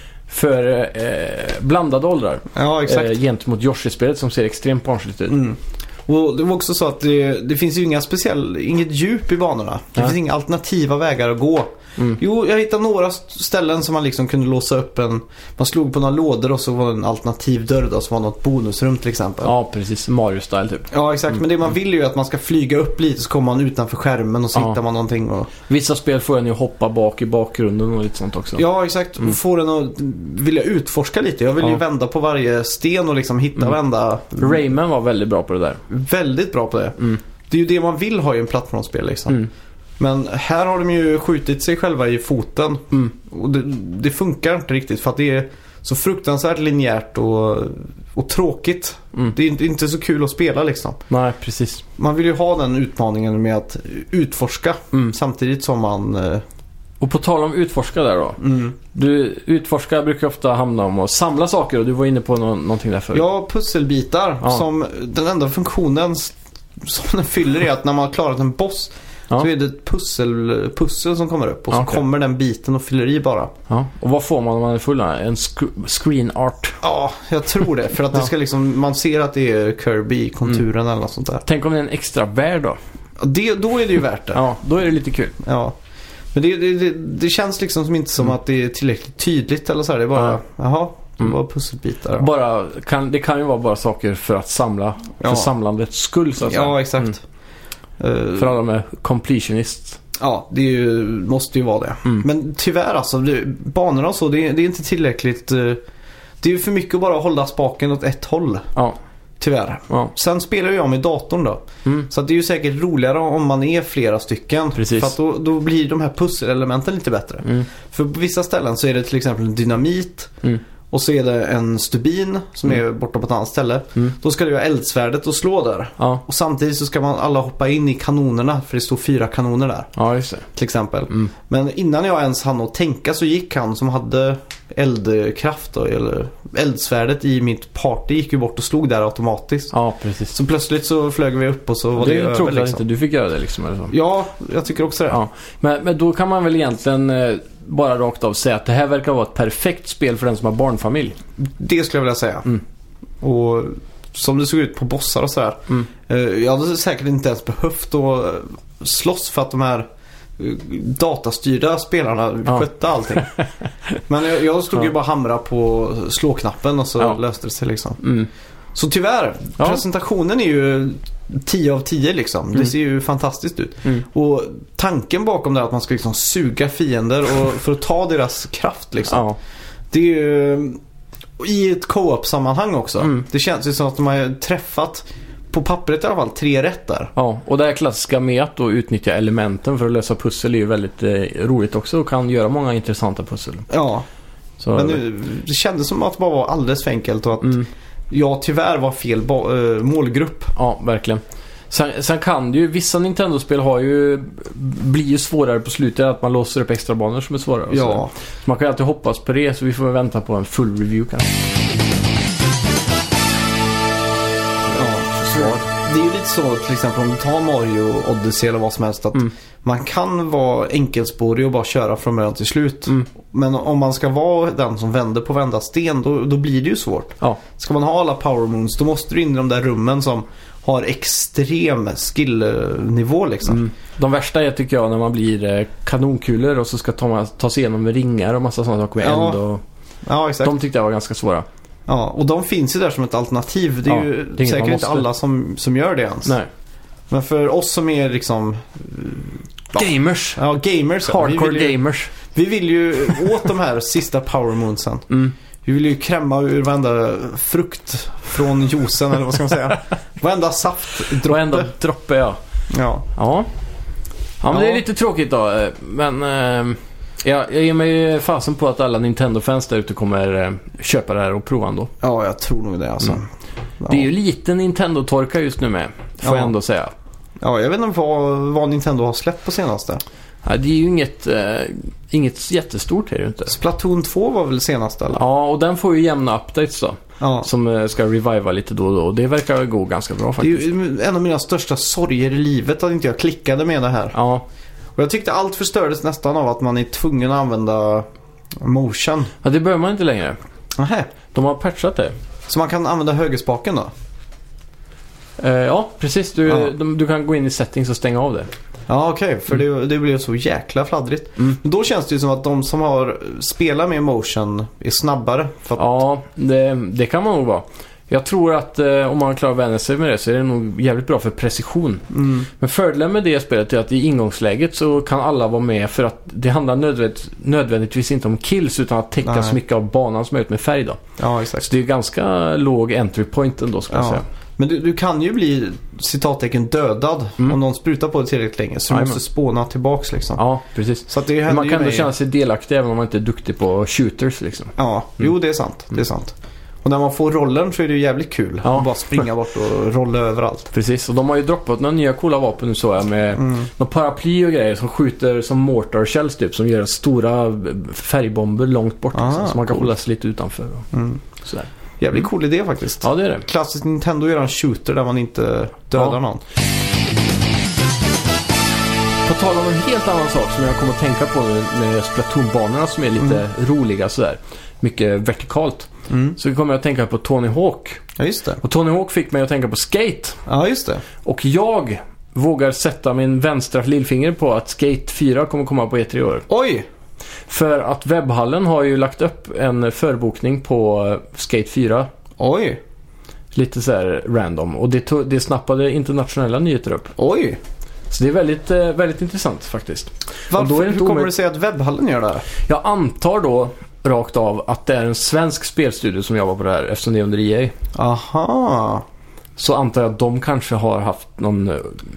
för eh, blandade åldrar. Ja, exakt. Eh, gentemot Yoshi-spelet som ser extremt barnsligt ut. Mm. Och det var också så att det, det finns ju inga speciell, inget djup i banorna. Det ja. finns inga alternativa vägar att gå. Mm. Jo, jag hittade några ställen som man liksom kunde låsa upp en... Man slog på några lådor och så var det en alternativ dörr då, som var något bonusrum till exempel. Ja, precis. Mario-style typ. Ja, exakt. Mm. Men det man vill ju är att man ska flyga upp lite så kommer man utanför skärmen och så ja. hittar man någonting. Och... Vissa spel får en ju hoppa bak i bakgrunden och lite sånt också. Ja, exakt. Mm. Får den att vilja utforska lite. Jag vill ja. ju vända på varje sten och liksom hitta mm. vända... Rayman var väldigt bra på det där. Väldigt bra på det. Mm. Det är ju det man vill ha i en plattformsspel liksom. Mm. Men här har de ju skjutit sig själva i foten. Mm. Och det, det funkar inte riktigt för att det är så fruktansvärt linjärt och, och tråkigt. Mm. Det är inte, inte så kul att spela liksom. Nej, precis. Man vill ju ha den utmaningen med att utforska mm. samtidigt som man... Eh... Och på tal om utforska där då. Mm. Du utforska brukar ofta hamna om att samla saker och du var inne på no- någonting där förut. Ja, pusselbitar. Ja. Som den enda funktionen som den fyller är att när man har klarat en boss ja. så är det ett pussel, pussel som kommer upp och så okay. kommer den biten och fyller i bara. Ja. Och vad får man om man är full? En sk- screen art? Ja, jag tror det. För att ja. det ska liksom, man ser att det är Kirby i konturen mm. eller något sånt där. Tänk om det är en extra värld då? Det, då är det ju värt det. Ja, då är det lite kul. Ja. Men det, det, det, det känns liksom som inte som mm. att det är tillräckligt tydligt eller så här. Det är bara, ja. jaha, det var pusselbitar. Bara, kan, det kan ju vara bara saker för att samla, för ja. samlandets skull så att säga. Ja, exakt. Mm. Uh, för alla med completionists. Ja, det är ju, måste ju vara det. Mm. Men tyvärr alltså, det, banorna och så, det, det är inte tillräckligt. Uh, det är ju för mycket att bara hålla spaken åt ett håll. Ja. Tyvärr. Ja. Sen spelar jag med datorn då. Mm. Så att det är ju säkert roligare om man är flera stycken. Precis. För att då, då blir de här pusselelementen lite bättre. Mm. För på vissa ställen så är det till exempel en dynamit. Mm. Och så är det en stubin som mm. är borta på ett annat ställe. Mm. Då ska du ha eldsvärdet och slå där. Ja. Och samtidigt så ska man alla hoppa in i kanonerna. För det står fyra kanoner där. Ja, just det. Till exempel. Mm. Men innan jag ens hann att tänka så gick han som hade eldkraft då, eller eldsvärdet i mitt party gick ju bort och slog där automatiskt. Ja, precis. Så plötsligt så flög vi upp och så var det, det över. Det är tråkigt liksom. att inte du fick göra det liksom. Eller så. Ja, jag tycker också det. Ja. Men, men då kan man väl egentligen eh, bara rakt av säga att det här verkar vara ett perfekt spel för den som har barnfamilj. Det skulle jag vilja säga. Mm. Och som det såg ut på bossar och sådär. Mm. Eh, jag hade säkert inte ens behövt att slåss för att de här datastyrda spelarna ja. skötte allting. Men jag, jag stod ja. ju bara hamra på slåknappen och så ja. löste det sig liksom. Mm. Så tyvärr, ja. presentationen är ju tio av tio liksom. Mm. Det ser ju fantastiskt ut. Mm. Och tanken bakom det är att man ska liksom suga fiender och för att ta deras kraft liksom. Ja. Det är ju i ett co-op-sammanhang också. Mm. Det känns ju som att de har träffat på pappret i alla fall tre rätt där. Ja, och det här klassiska med att då utnyttja elementen för att lösa pussel är ju väldigt eh, roligt också och kan göra många intressanta pussel. Ja, så, men det, det kändes som att det bara var alldeles för enkelt och att mm. jag tyvärr var fel ba- äh, målgrupp. Ja, verkligen. Sen, sen kan det ju, vissa Nintendo-spel har ju, blir ju svårare på slutet att man låser upp extra banor som är svårare. Ja. Så, så man kan ju alltid hoppas på det, så vi får vänta på en full review kanske. Det är ju lite så till exempel om du tar Mario Odyssey eller vad som helst att mm. man kan vara enkelspårig och bara köra från början till slut. Mm. Men om man ska vara den som vänder på vända sten då, då blir det ju svårt. Ja. Ska man ha alla power moons då måste du in i de där rummen som har extrem skillnivå liksom. Mm. De värsta är tycker jag när man blir kanonkulor och så ska ta, ta sig igenom med ringar och massa sådana saker med ja. eld och ja, exakt. De tyckte jag var ganska svåra. Ja, och de finns ju där som ett alternativ. Det är ja, ju det är säkert inte alla som, som gör det ens. Nej. Men för oss som är liksom ja, gamers. Ja, gamers. Hardcore vi ju, gamers. Vi vill ju åt de här sista power moonsen. Mm. Vi vill ju krämma ur varenda frukt från juicen eller vad ska man säga. Varenda saftdroppe. Varenda droppe, ja. Ja. Ja. Ja, men ja. det är lite tråkigt då. Men eh, ja, jag ger mig fasen på att alla Nintendo-fans där ute kommer eh, köpa det här och prova ändå. Ja, jag tror nog det alltså. Mm. Ja. Det är ju lite Nintendo-torka just nu med, får ja. jag ändå säga. Ja, jag vet inte vad, vad Nintendo har släppt på senaste. Ja, det är ju inget, eh, inget jättestort här inte. Splatoon två var väl senast eller? Ja, och den får ju jämna updates då. Ja. Som eh, ska reviva lite då och då. Och det verkar gå ganska bra faktiskt. Det är ju en av mina största sorger i livet att inte jag klickade med det här. Ja. Och jag tyckte allt förstördes nästan av att man är tvungen att använda motion. Ja, det behöver man inte längre. Nähä. De har patchat det. Så man kan använda högerspaken då? Eh, ja, precis. Du, ja. De, du kan gå in i settings och stänga av det. Ja, okej. Okay, för mm. det, det blir så jäkla fladdrigt. Mm. Men då känns det ju som att de som har spelat med motion är snabbare. För att... Ja, det, det kan man nog vara. Jag tror att eh, om man klarar att vänja sig med det så är det nog jävligt bra för precision. Mm. Men fördelen med det spelet är att i ingångsläget så kan alla vara med för att det handlar nödvändigt, nödvändigtvis inte om kills utan att täcka så mycket av banan som är ut med färg då. Ja, exakt. Så det är ganska låg entry point ändå ska jag ja. säga. Men du, du kan ju bli citattecken dödad mm. om någon sprutar på det tillräckligt länge. Så du måste spåna tillbaks liksom. Ja, precis. Så att det man kan ändå med... känna sig delaktig även om man inte är duktig på shooters liksom. Ja, mm. jo det är sant. Det är sant. Och när man får rollen så är det ju jävligt kul. Ja. Att bara springa bort och rolla överallt. Precis, och de har ju droppat några nya coola vapen nu så jag med mm. några paraply och grejer som skjuter som mortar shells typ. Som gör stora färgbomber långt bort. Aha, liksom, så man kan cool. hålla sig lite utanför. Och mm. sådär. Jävligt mm. cool idé faktiskt. Ja, det är det. Klassiskt Nintendo gör en shooter där man inte dödar ja. någon. På tal om en helt annan sak som jag kommer att tänka på nu med Splatoon-banorna som är lite mm. roliga sådär. Mycket vertikalt. Mm. Så kommer jag att tänka på Tony Hawk. Ja, just det. Och Tony Hawk fick mig att tänka på Skate. Ja, just det. Och jag vågar sätta min vänstra lillfinger på att Skate fyra kommer komma på E tre i år. Oj! För att webbhallen har ju lagt upp en förbokning på Skate fyra. Oj! Lite så här random. Och det, tog, det snappade internationella nyheter upp. Oj! Så det är väldigt, väldigt intressant faktiskt. Varför? Då är det hur kommer det sig att webbhallen gör det här? Jag antar då rakt av att det är en svensk spelstudio som jobbar på det här eftersom det är under E A. Aha. Så antar jag att de kanske har haft någon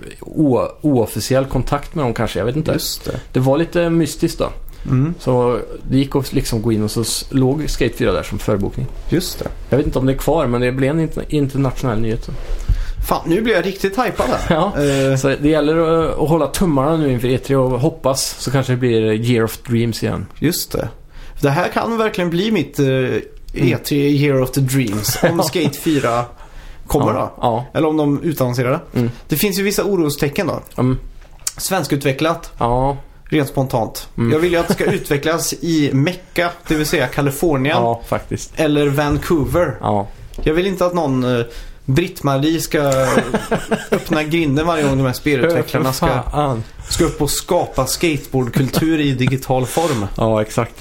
o- oofficiell kontakt med dem kanske, jag vet inte. Just det. Det var lite mystiskt då. Mm. Så det gick att liksom gå in och så låg Skate fyra där som förbokning. Just det. Jag vet inte om det är kvar, men det blev en internationell nyhet. Fan, nu blir jag riktigt hypad här. Ja, uh. så det gäller att, att hålla tummarna nu inför E tre och hoppas så kanske det blir Year of Dreams igen. Just det. Det här kan verkligen bli mitt uh, E tre Year of the Dreams om Skate fyra kommer ja, då. Ja. Eller om de utannonserar det. Mm. Det finns ju vissa orostecken då. Mm. Svenskutvecklat. Ja. Rent spontant. Mm. Jag vill ju att det ska utvecklas i Mecca, det vill säga Kalifornien. Ja, faktiskt. Eller Vancouver. Ja. Jag vill inte att någon uh, Britt-Marie ska öppna grinden varje gång de här spelutvecklarna ska, ska upp och skapa skateboardkultur i digital form. Ja, exakt.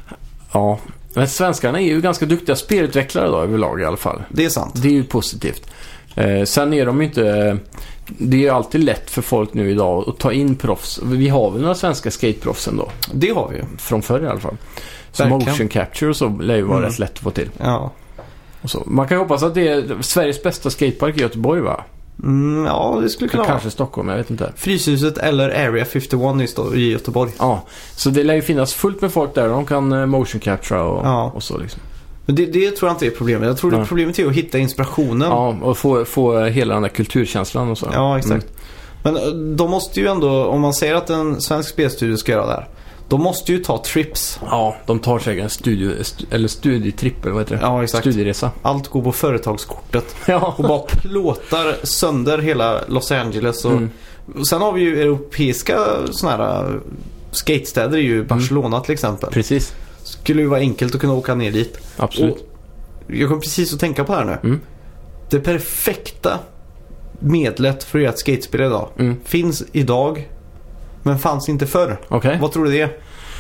Ja, men svenskarna är ju ganska duktiga spelutvecklare då överlag i alla fall. Det är sant. Det är ju positivt. Eh, sen är de ju inte... Det är ju alltid lätt för folk nu idag att ta in proffs. Vi har väl några svenska skateproffs ändå. Det har vi ju. Från förr i alla fall. Så verkligen. Motion capture och så lär ju vara mm. rätt lätt att få till. Ja. Och så. Man kan ju hoppas att det är Sveriges bästa skatepark i Göteborg, va? Mm, ja, det skulle kunna Kanske vara. Stockholm, jag vet inte. Fryshuset eller Area femtioett i Göteborg. Ja, så det lär ju finnas fullt med folk där. De kan motion capture och, ja. och så liksom. Men det, det tror jag inte är problemet. Jag tror ja. det problemet är att hitta inspirationen. Ja, och få, få hela den där kulturkänslan och så. Ja, exakt. Mm. Men de måste ju ändå, om man säger att en svensk spelstudio ska göra det här, de måste ju ta trips. Ja, de tar säkert en studio, eller studietrippel, vad heter det? Ja, exakt. Studieresa. Allt går på företagskortet. Ja. Och bara plåtar sönder hela Los Angeles. Och, mm. och sen har vi ju europeiska såna här skatestäder, är ju Barcelona mm. till exempel. Precis. Skulle ju vara enkelt att kunna åka ner dit. Absolut. Och jag kommer precis att tänka på det här nu. Mm. Det perfekta medlet för att göra ett skatespel idag mm. finns idag, men fanns inte förr. Okay. Vad tror du det är?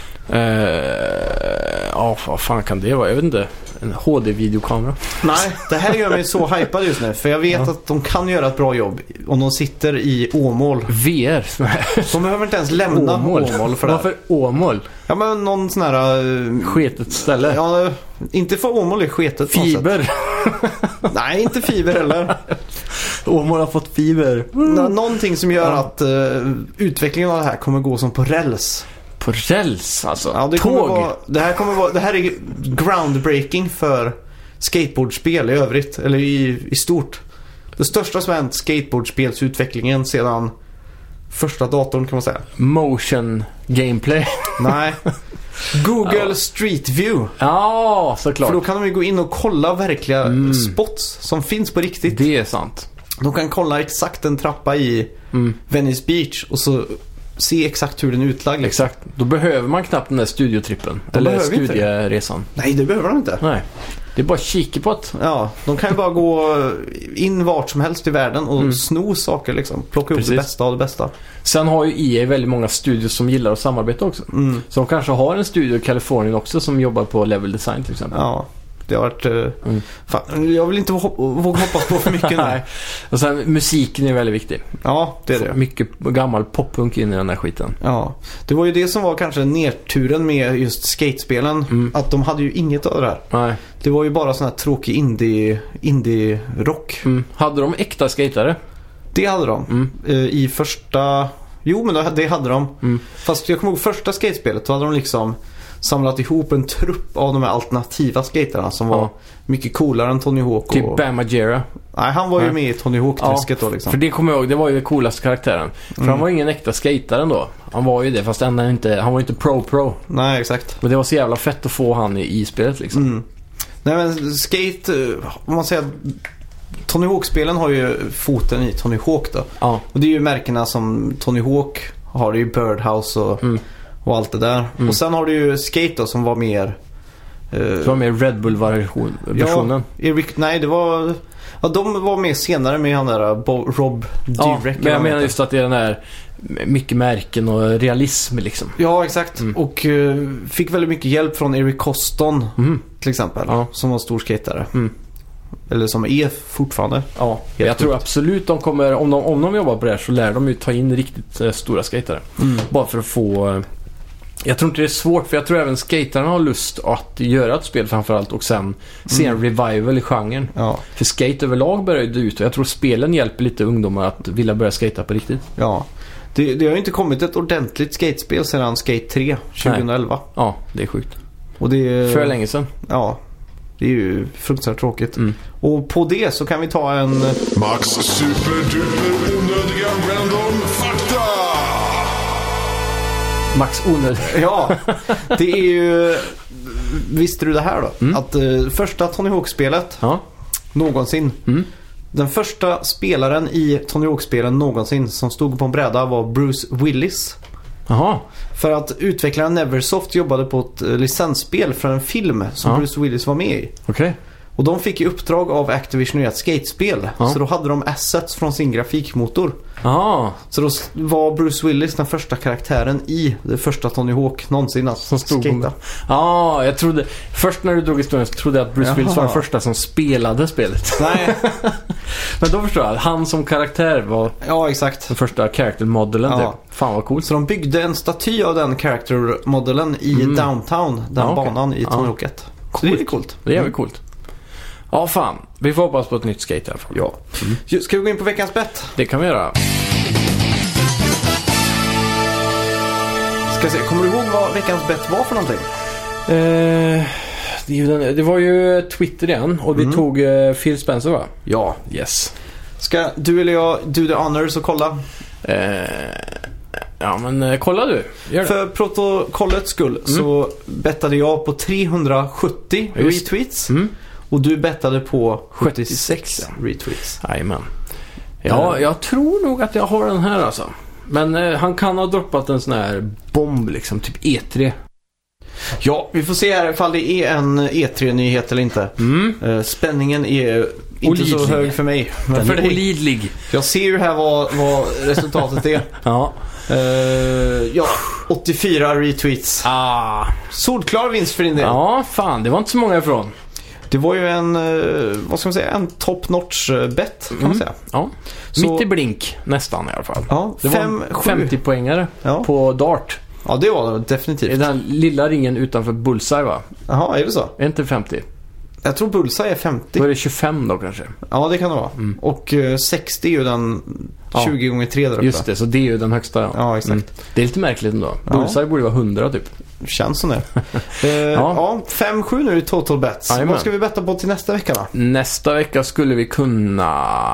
Uh, ja, vad fan kan det vara? Jag vet inte. En H D-videokamera. Nej, det här gör mig så hypad just nu. För jag vet ja. att de kan göra ett bra jobb om de sitter i Åmål. V R? De behöver inte ens lämna Åmål, Åmål för det. Varför Åmål? Ja, men någon sån här... Uh, sketet ställe. Ja, inte för Åmål är sketet. Fiber? Nej, inte fiber heller. Åmål har fått fiber. Nå- någonting som gör ja. att uh, utvecklingen av det här kommer gå som på räls. På räls, alltså. Ja, det tåg. Vara, det, här kommer vara, det här är groundbreaking för skateboardspel i övrigt. Eller i, i stort. Det största som hänt skateboardspelsutvecklingen sedan första datorn, kan man säga. Motion gameplay. Nej. Google ja. Street View. Ja, såklart. För då kan de ju gå in och kolla verkliga mm. spots som finns på riktigt. Det är sant. De kan kolla exakt en trappa i mm. Venice Beach och så se exakt hur den är utlagd. Liksom. Exakt. Då behöver man knappt den där studiotrippen. De eller studieresan. Nej, det behöver de inte. Nej. Det är bara kika på det. Ja, de kan ju bara gå in vart som helst i världen och mm. sno saker liksom. Plocka upp det bästa av det bästa. Sen har ju E A väldigt många studios som gillar att samarbeta också. Mm. Så de kanske har en studio i Kalifornien också som jobbar på level design till exempel. Ja. Det har varit... Uh, mm. fan, jag vill inte våga hoppas på för mycket. Nej. Och sen musiken är väldigt viktig. Ja, det är det. Mycket gammal poppunk in i den här skiten. Ja, det var ju det som var kanske nedturen med just skatespelen. Mm. Att de hade ju inget av det här. Nej. Det var ju bara sån här tråkig indie, indie-rock. Mm. Hade de äkta skatare? Det hade de. Mm. Uh, I första... Jo, men det hade de. Mm. Fast jag kommer ihåg första skatespelet. Då hade de liksom... samlat ihop en trupp av de här alternativa skaterna som ja. var mycket coolare än Tony Hawk. Typ och... Bam Margera. Nej, han var ju med i Tony Hawk-träsket ja, då liksom. För det kommer jag ihåg, det var ju den coolaste karaktären. För mm. han var ingen äkta skatare ändå. Han var ju det, fast ändå inte, han var inte pro-pro. Nej, exakt. Men det var så jävla fett att få han i, i spelet liksom. Mm. Nej, men skate, om man säger Tony Hawk-spelen har ju foten i Tony Hawk då. Ja. Och det är ju märkena som Tony Hawk har du ju Birdhouse och, mm. och allt det där. Mm. Och sen har du ju Skate då, som var mer... Uh, det var mer Red Bull-versionen. Ja, Eric, nej, det var... Ja, de var med senare med han där Bo, Rob ja, Dyrek. Men jag menar just att det är den här mycket märken och realism liksom. Ja, exakt. Mm. Och uh, fick väldigt mycket hjälp från Eric Coston mm. till exempel. Ja. Som var stor skatare. Mm. Eller som är fortfarande. Ja, jag coolt. tror absolut de kommer, om de, om de jobbar på det här så lär de ju ta in riktigt uh, stora skatare. Mm. Bara för att få... Uh, jag tror inte det är svårt, för jag tror även skaterna har lust att göra ett spel framförallt och sen se en mm. revival i genren. Ja. För skate överlag börjar ju ut och jag tror spelen hjälper lite ungdomar att vilja börja skata på riktigt. Ja, det, det har ju inte kommit ett ordentligt skatespel sedan Skate tre tjugoelva. Nej. Ja, det är sjukt. Och det är, för länge sedan. Ja, det är ju fruktansvärt tråkigt. Mm. Och på det så kan vi ta en... Max superduper onödiga random fakta! Max onödig. Ja, det är ju... Visste du det här då? Mm. Att uh, första Tony Hawk-spelet ja. någonsin... Mm. Den första spelaren i Tony Hawk-spelen någonsin som stod på en bräda var Bruce Willis. Aha. För att utvecklaren Neversoft jobbade på ett uh, licensspel för en film som ja. Bruce Willis var med i. Okej. Okay. Och de fick i uppdrag av Activision att göra ett skatespel. Ja. Så då hade de assets från sin grafikmotor. Ah. Så då var Bruce Willis den första karaktären i det första Tony Hawk någonsin att som stod skata. Ja, ah, jag trodde... Först när du drog historien så trodde jag att Bruce Jaha. Willis var den första som spelade spelet. Nej. Men då förstår jag. Han som karaktär var... Ja, exakt. Den första character-modellen. Ja. Fan vad coolt. Så de byggde en staty av den character-modellen i mm. Downtown. Den ah, okay. banan i Tony Hawk ett. Så det är coolt. Det är jävligt coolt. Ja, fan. Vi får hoppas på ett nytt skate i alla fall. Ja. Mm. Ska vi gå in på veckans bett? Det kan vi göra. Ska se, kommer du ihåg vad veckans bett var för någonting? Eh, det, det var ju Twitter igen. Och vi mm. tog eh, Phil Spencer, va? Ja. Yes. Ska du eller jag do the honors och kolla? Eh, ja, men eh, kolla du. Gör det. För protokollets skull mm. så bettade jag på trehundrasjuttio ja, retweets. Mm. Och du bettade på sjuttiosex retweets. Jajamän. Ja, jag tror nog att jag har den här alltså. Men eh, han kan ha droppat en sån här bomb liksom, typ E tre. Ja, vi får se här ifall det är en E tre-nyhet eller inte. Mm. Uh, spänningen är inte olidlig. Så hög för mig. Men den för är dig. Olidlig. Jag ser ju här vad, vad resultatet är. Ja. Uh, ja, åttiofyra retweets. Ah. Solklar vinst för din del. Ja, fan, det var inte så många ifrån. Det var ju en, vad ska man säga, en top-notch bet kan mm. man säga. Ja. Så, mitt i blink nästan i alla fall. Ja, det fem, var femtio-poängare ja. på dart. Ja, det var det definitivt. Det är den lilla ringen utanför Bullseye, va? Jaha, är det så? Är inte femtio? Jag tror Bullseye är femtio. Då är det tjugofem då kanske. Ja, det kan det vara. Mm. Och uh, sextio är ju den tjugo gånger tre där uppe. Just det, så det är ju den högsta. Ja, ja exakt. Mm. Det är lite märkligt ändå. Bullseye ja. borde vara hundra typ. Känns som det. uh, ja. ja, fem sju nu i total bets. Amen. Vad ska vi betta på till nästa vecka då? Nästa vecka skulle vi kunna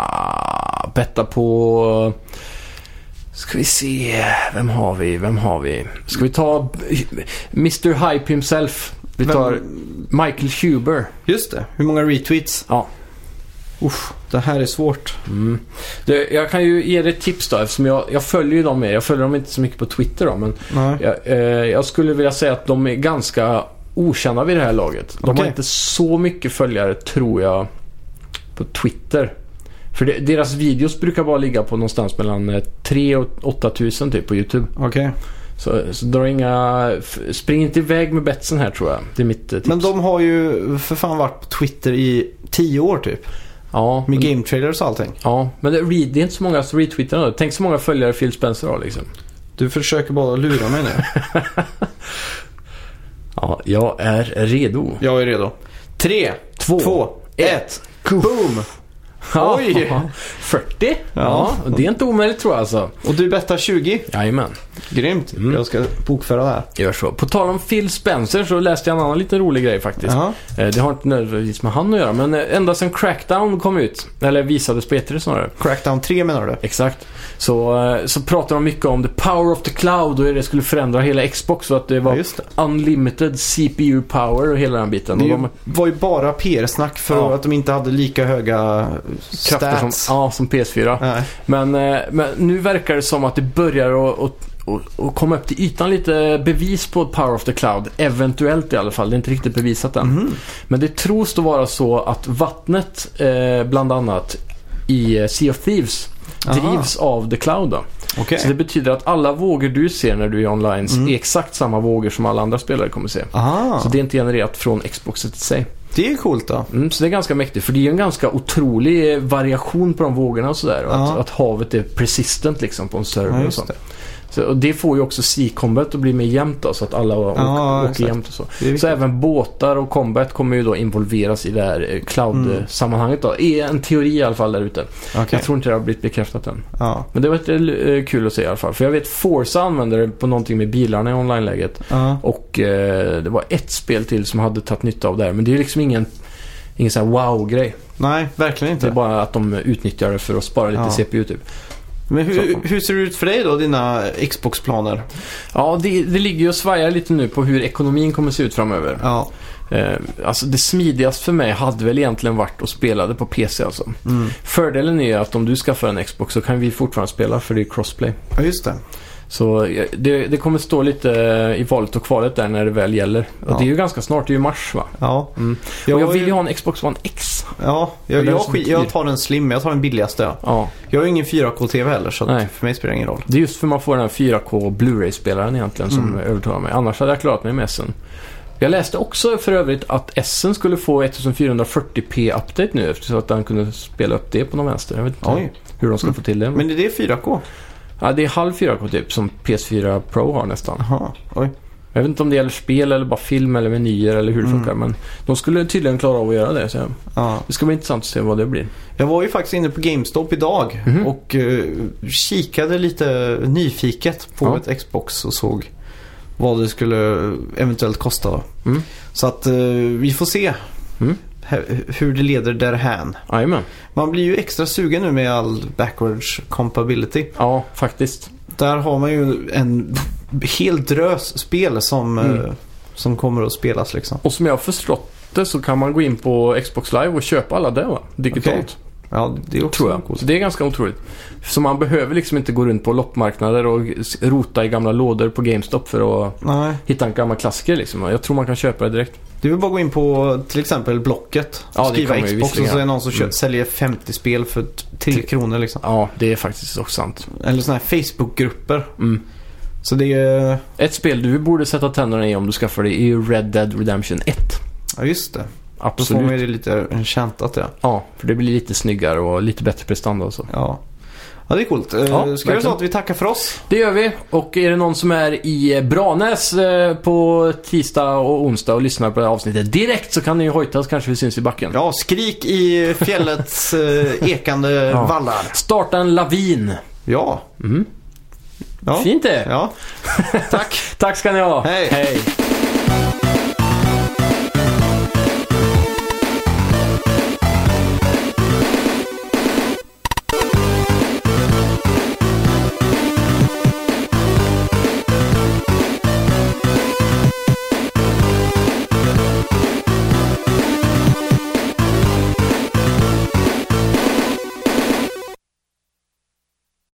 betta på... Ska vi se, vem har vi? Vem har vi? Ska vi ta mister Hype himself? Vi tar vem? Michael Huber. Just det. Hur många retweets? Ja. Uff, det här är svårt. Mm. Det, jag kan ju ge dig ett tips då, eftersom jag, jag följer ju dem med. Jag följer dem inte så mycket på Twitter då, men jag, eh, jag skulle vilja säga att de är ganska okända vid det här laget. De okay. har inte så mycket följare, tror jag, på Twitter. För det, deras videos brukar bara ligga på någonstans mellan tre och åtta tusen typ på YouTube. Okej. Okay. Så, så dra inga... Spring inte iväg med betsen här, tror jag. Det är mitt tips. Men de har ju för fan varit på Twitter i tio år typ. Ja. Med game trailers och allting. Ja, men det, det är inte så många som retweetar. Tänk så många följare Phil Spencer har liksom. Du försöker bara lura mig nu. Ja, jag är redo. Jag är redo. Tre, två, två ett, boom! Oj! fyrtio? Ja, ja, det är inte omöjligt tror jag alltså. Och du bettar tjugo? Jajamän. Grymt. Mm. Jag ska bokföra det här. Gör så. På tal om Phil Spencer så läste jag en annan liten rolig grej faktiskt. Uh-huh. Det har inte nödvändigtvis med han att göra, men ända sedan Crackdown kom ut, eller visades på E tre snarare. Crackdown tre menar du? Exakt. Så, så pratar de mycket om the power of the cloud och hur det skulle förändra hela Xbox så att det var ja, det. unlimited C P U power och hela den biten. Det ju, de, var ju bara P R-snack för ja. att de inte hade lika höga krafter som, ja, som P S fyra. Men, men nu verkar det som att det börjar att, att och, och komma upp till ytan lite bevis på Power of the Cloud. Eventuellt i alla fall. Det är inte riktigt bevisat än. Mm. Men det tros då vara så att vattnet eh, bland annat i Sea of Thieves drivs Aha. av The Cloud då. Okay. Så det betyder att alla vågor du ser när du är online mm. är exakt samma vågor som alla andra spelare kommer se. Aha. Så det är inte genererat från Xboxet i sig. Det är coolt då. Mm, så det är ganska mäktigt. För det är en ganska otrolig variation på de vågorna och sådär. Och att, att havet är persistent liksom på en server ja, och sånt. Så, och det får ju också C-combat att bli mer jämnt då, så att alla åker, ja, åker jämnt och så. Så även båtar och combat kommer ju då involveras i det här cloud-sammanhanget då. Är en teori i alla fall där ute. Okay. Jag tror inte det har blivit bekräftat än. Ja. Men det var lite kul att se i alla fall. För jag vet Forza använder det på någonting med bilarna i online-läget. Ja. Och eh, det var ett spel till som hade tagit nytta av det här. Men det är liksom ingen, ingen sån här wow-grej. Nej, verkligen inte. Det är bara att de utnyttjar det för att spara lite ja. C P U typ. Men hur, hur ser det ut för dig då, dina Xbox-planer? Ja, det, det ligger ju och svajar lite nu på hur ekonomin kommer se ut framöver. Ja. Eh, alltså det smidigast för mig hade väl egentligen varit att spela det på P C alltså. Mm. Fördelen är att om du skaffar en Xbox så kan vi fortfarande spela för det är crossplay. Ja, just det. Så det, det kommer stå lite i valet och kvalet där när det väl gäller. Ja. Och det är ju ganska snart, det är ju mars va? Ja. Mm. Och jag, jag vill ju ha en Xbox One X. Ja, jag, jag, jag, jag tar den slim, jag tar den billigaste. Ja. Ja. Jag har ingen fyra K-T V heller så att för mig spelar det ingen roll. Det är just för man får den här fyra K Blu-ray-spelaren egentligen som mm. övertalar mig. Annars hade jag klarat mig med S'en. Jag läste också för övrigt att S'en skulle få fjorton fyrtio p update nu efter så att den kunde spela upp det på någon vänster. Jag vet inte Oj. hur de ska mm. få till det. Men, men är det fyra K? Ja, det är halv fyra K typ som P S fyra Pro har nästan. Aha, oj. Jag vet inte om det gäller spel eller bara film eller menyer eller hur det mm. funkar. Men de skulle tydligen klara av att göra det. Så ja. Det ska bli intressant att se vad det blir. Jag var ju faktiskt inne på GameStop idag mm-hmm. och uh, kikade lite nyfiket på ja. ett Xbox och såg vad det skulle eventuellt kosta. Mm. Så att uh, vi får se. Mm. Hur det leder därhän. Amen. Man blir ju extra sugen nu med all backwards compatibility. Ja, faktiskt. Där har man ju en helt drös spel som, mm. eh, som kommer att spelas liksom. Och som jag har förstått det så kan man gå in på Xbox Live och köpa alla det va? Digitalt. Okay. Ja, det är också tror jag. Coolt. Så det är ganska otroligt. Så man behöver liksom inte gå runt på loppmarknader och rota i gamla lådor på GameStop för att Nej. hitta en gammal klassiker liksom. Jag tror man kan köpa det direkt. Du vill bara gå in på till exempel Blocket och ja, skriva Xbox och så är det någon som mm. säljer femtio spel för tre kronor liksom. Ja, det är faktiskt också sant. Eller såna här Facebookgrupper. Mm. Så det är... Ett spel du borde sätta tänderna i om du skaffar det är ju Red Dead Redemption ett. Ja, just det. Absolut. Då får man ju lite enchantat det. Ja, för det blir lite snyggare och lite bättre prestanda och så. Ja. Ja, det är coolt. Ja, ska vi så att vi tackar för oss? Det gör vi. Och är det någon som är i Branäs på tisdag och onsdag och lyssnar på det här avsnittet direkt så kan ni ju hojta så kanske vi syns i backen. Ja, skrik i fjällets ekande ja. vallar. Starta en lavin. Ja. Mm. ja. Fint det. Ja. Tack. Tack ska ni ha. Hej. Hej.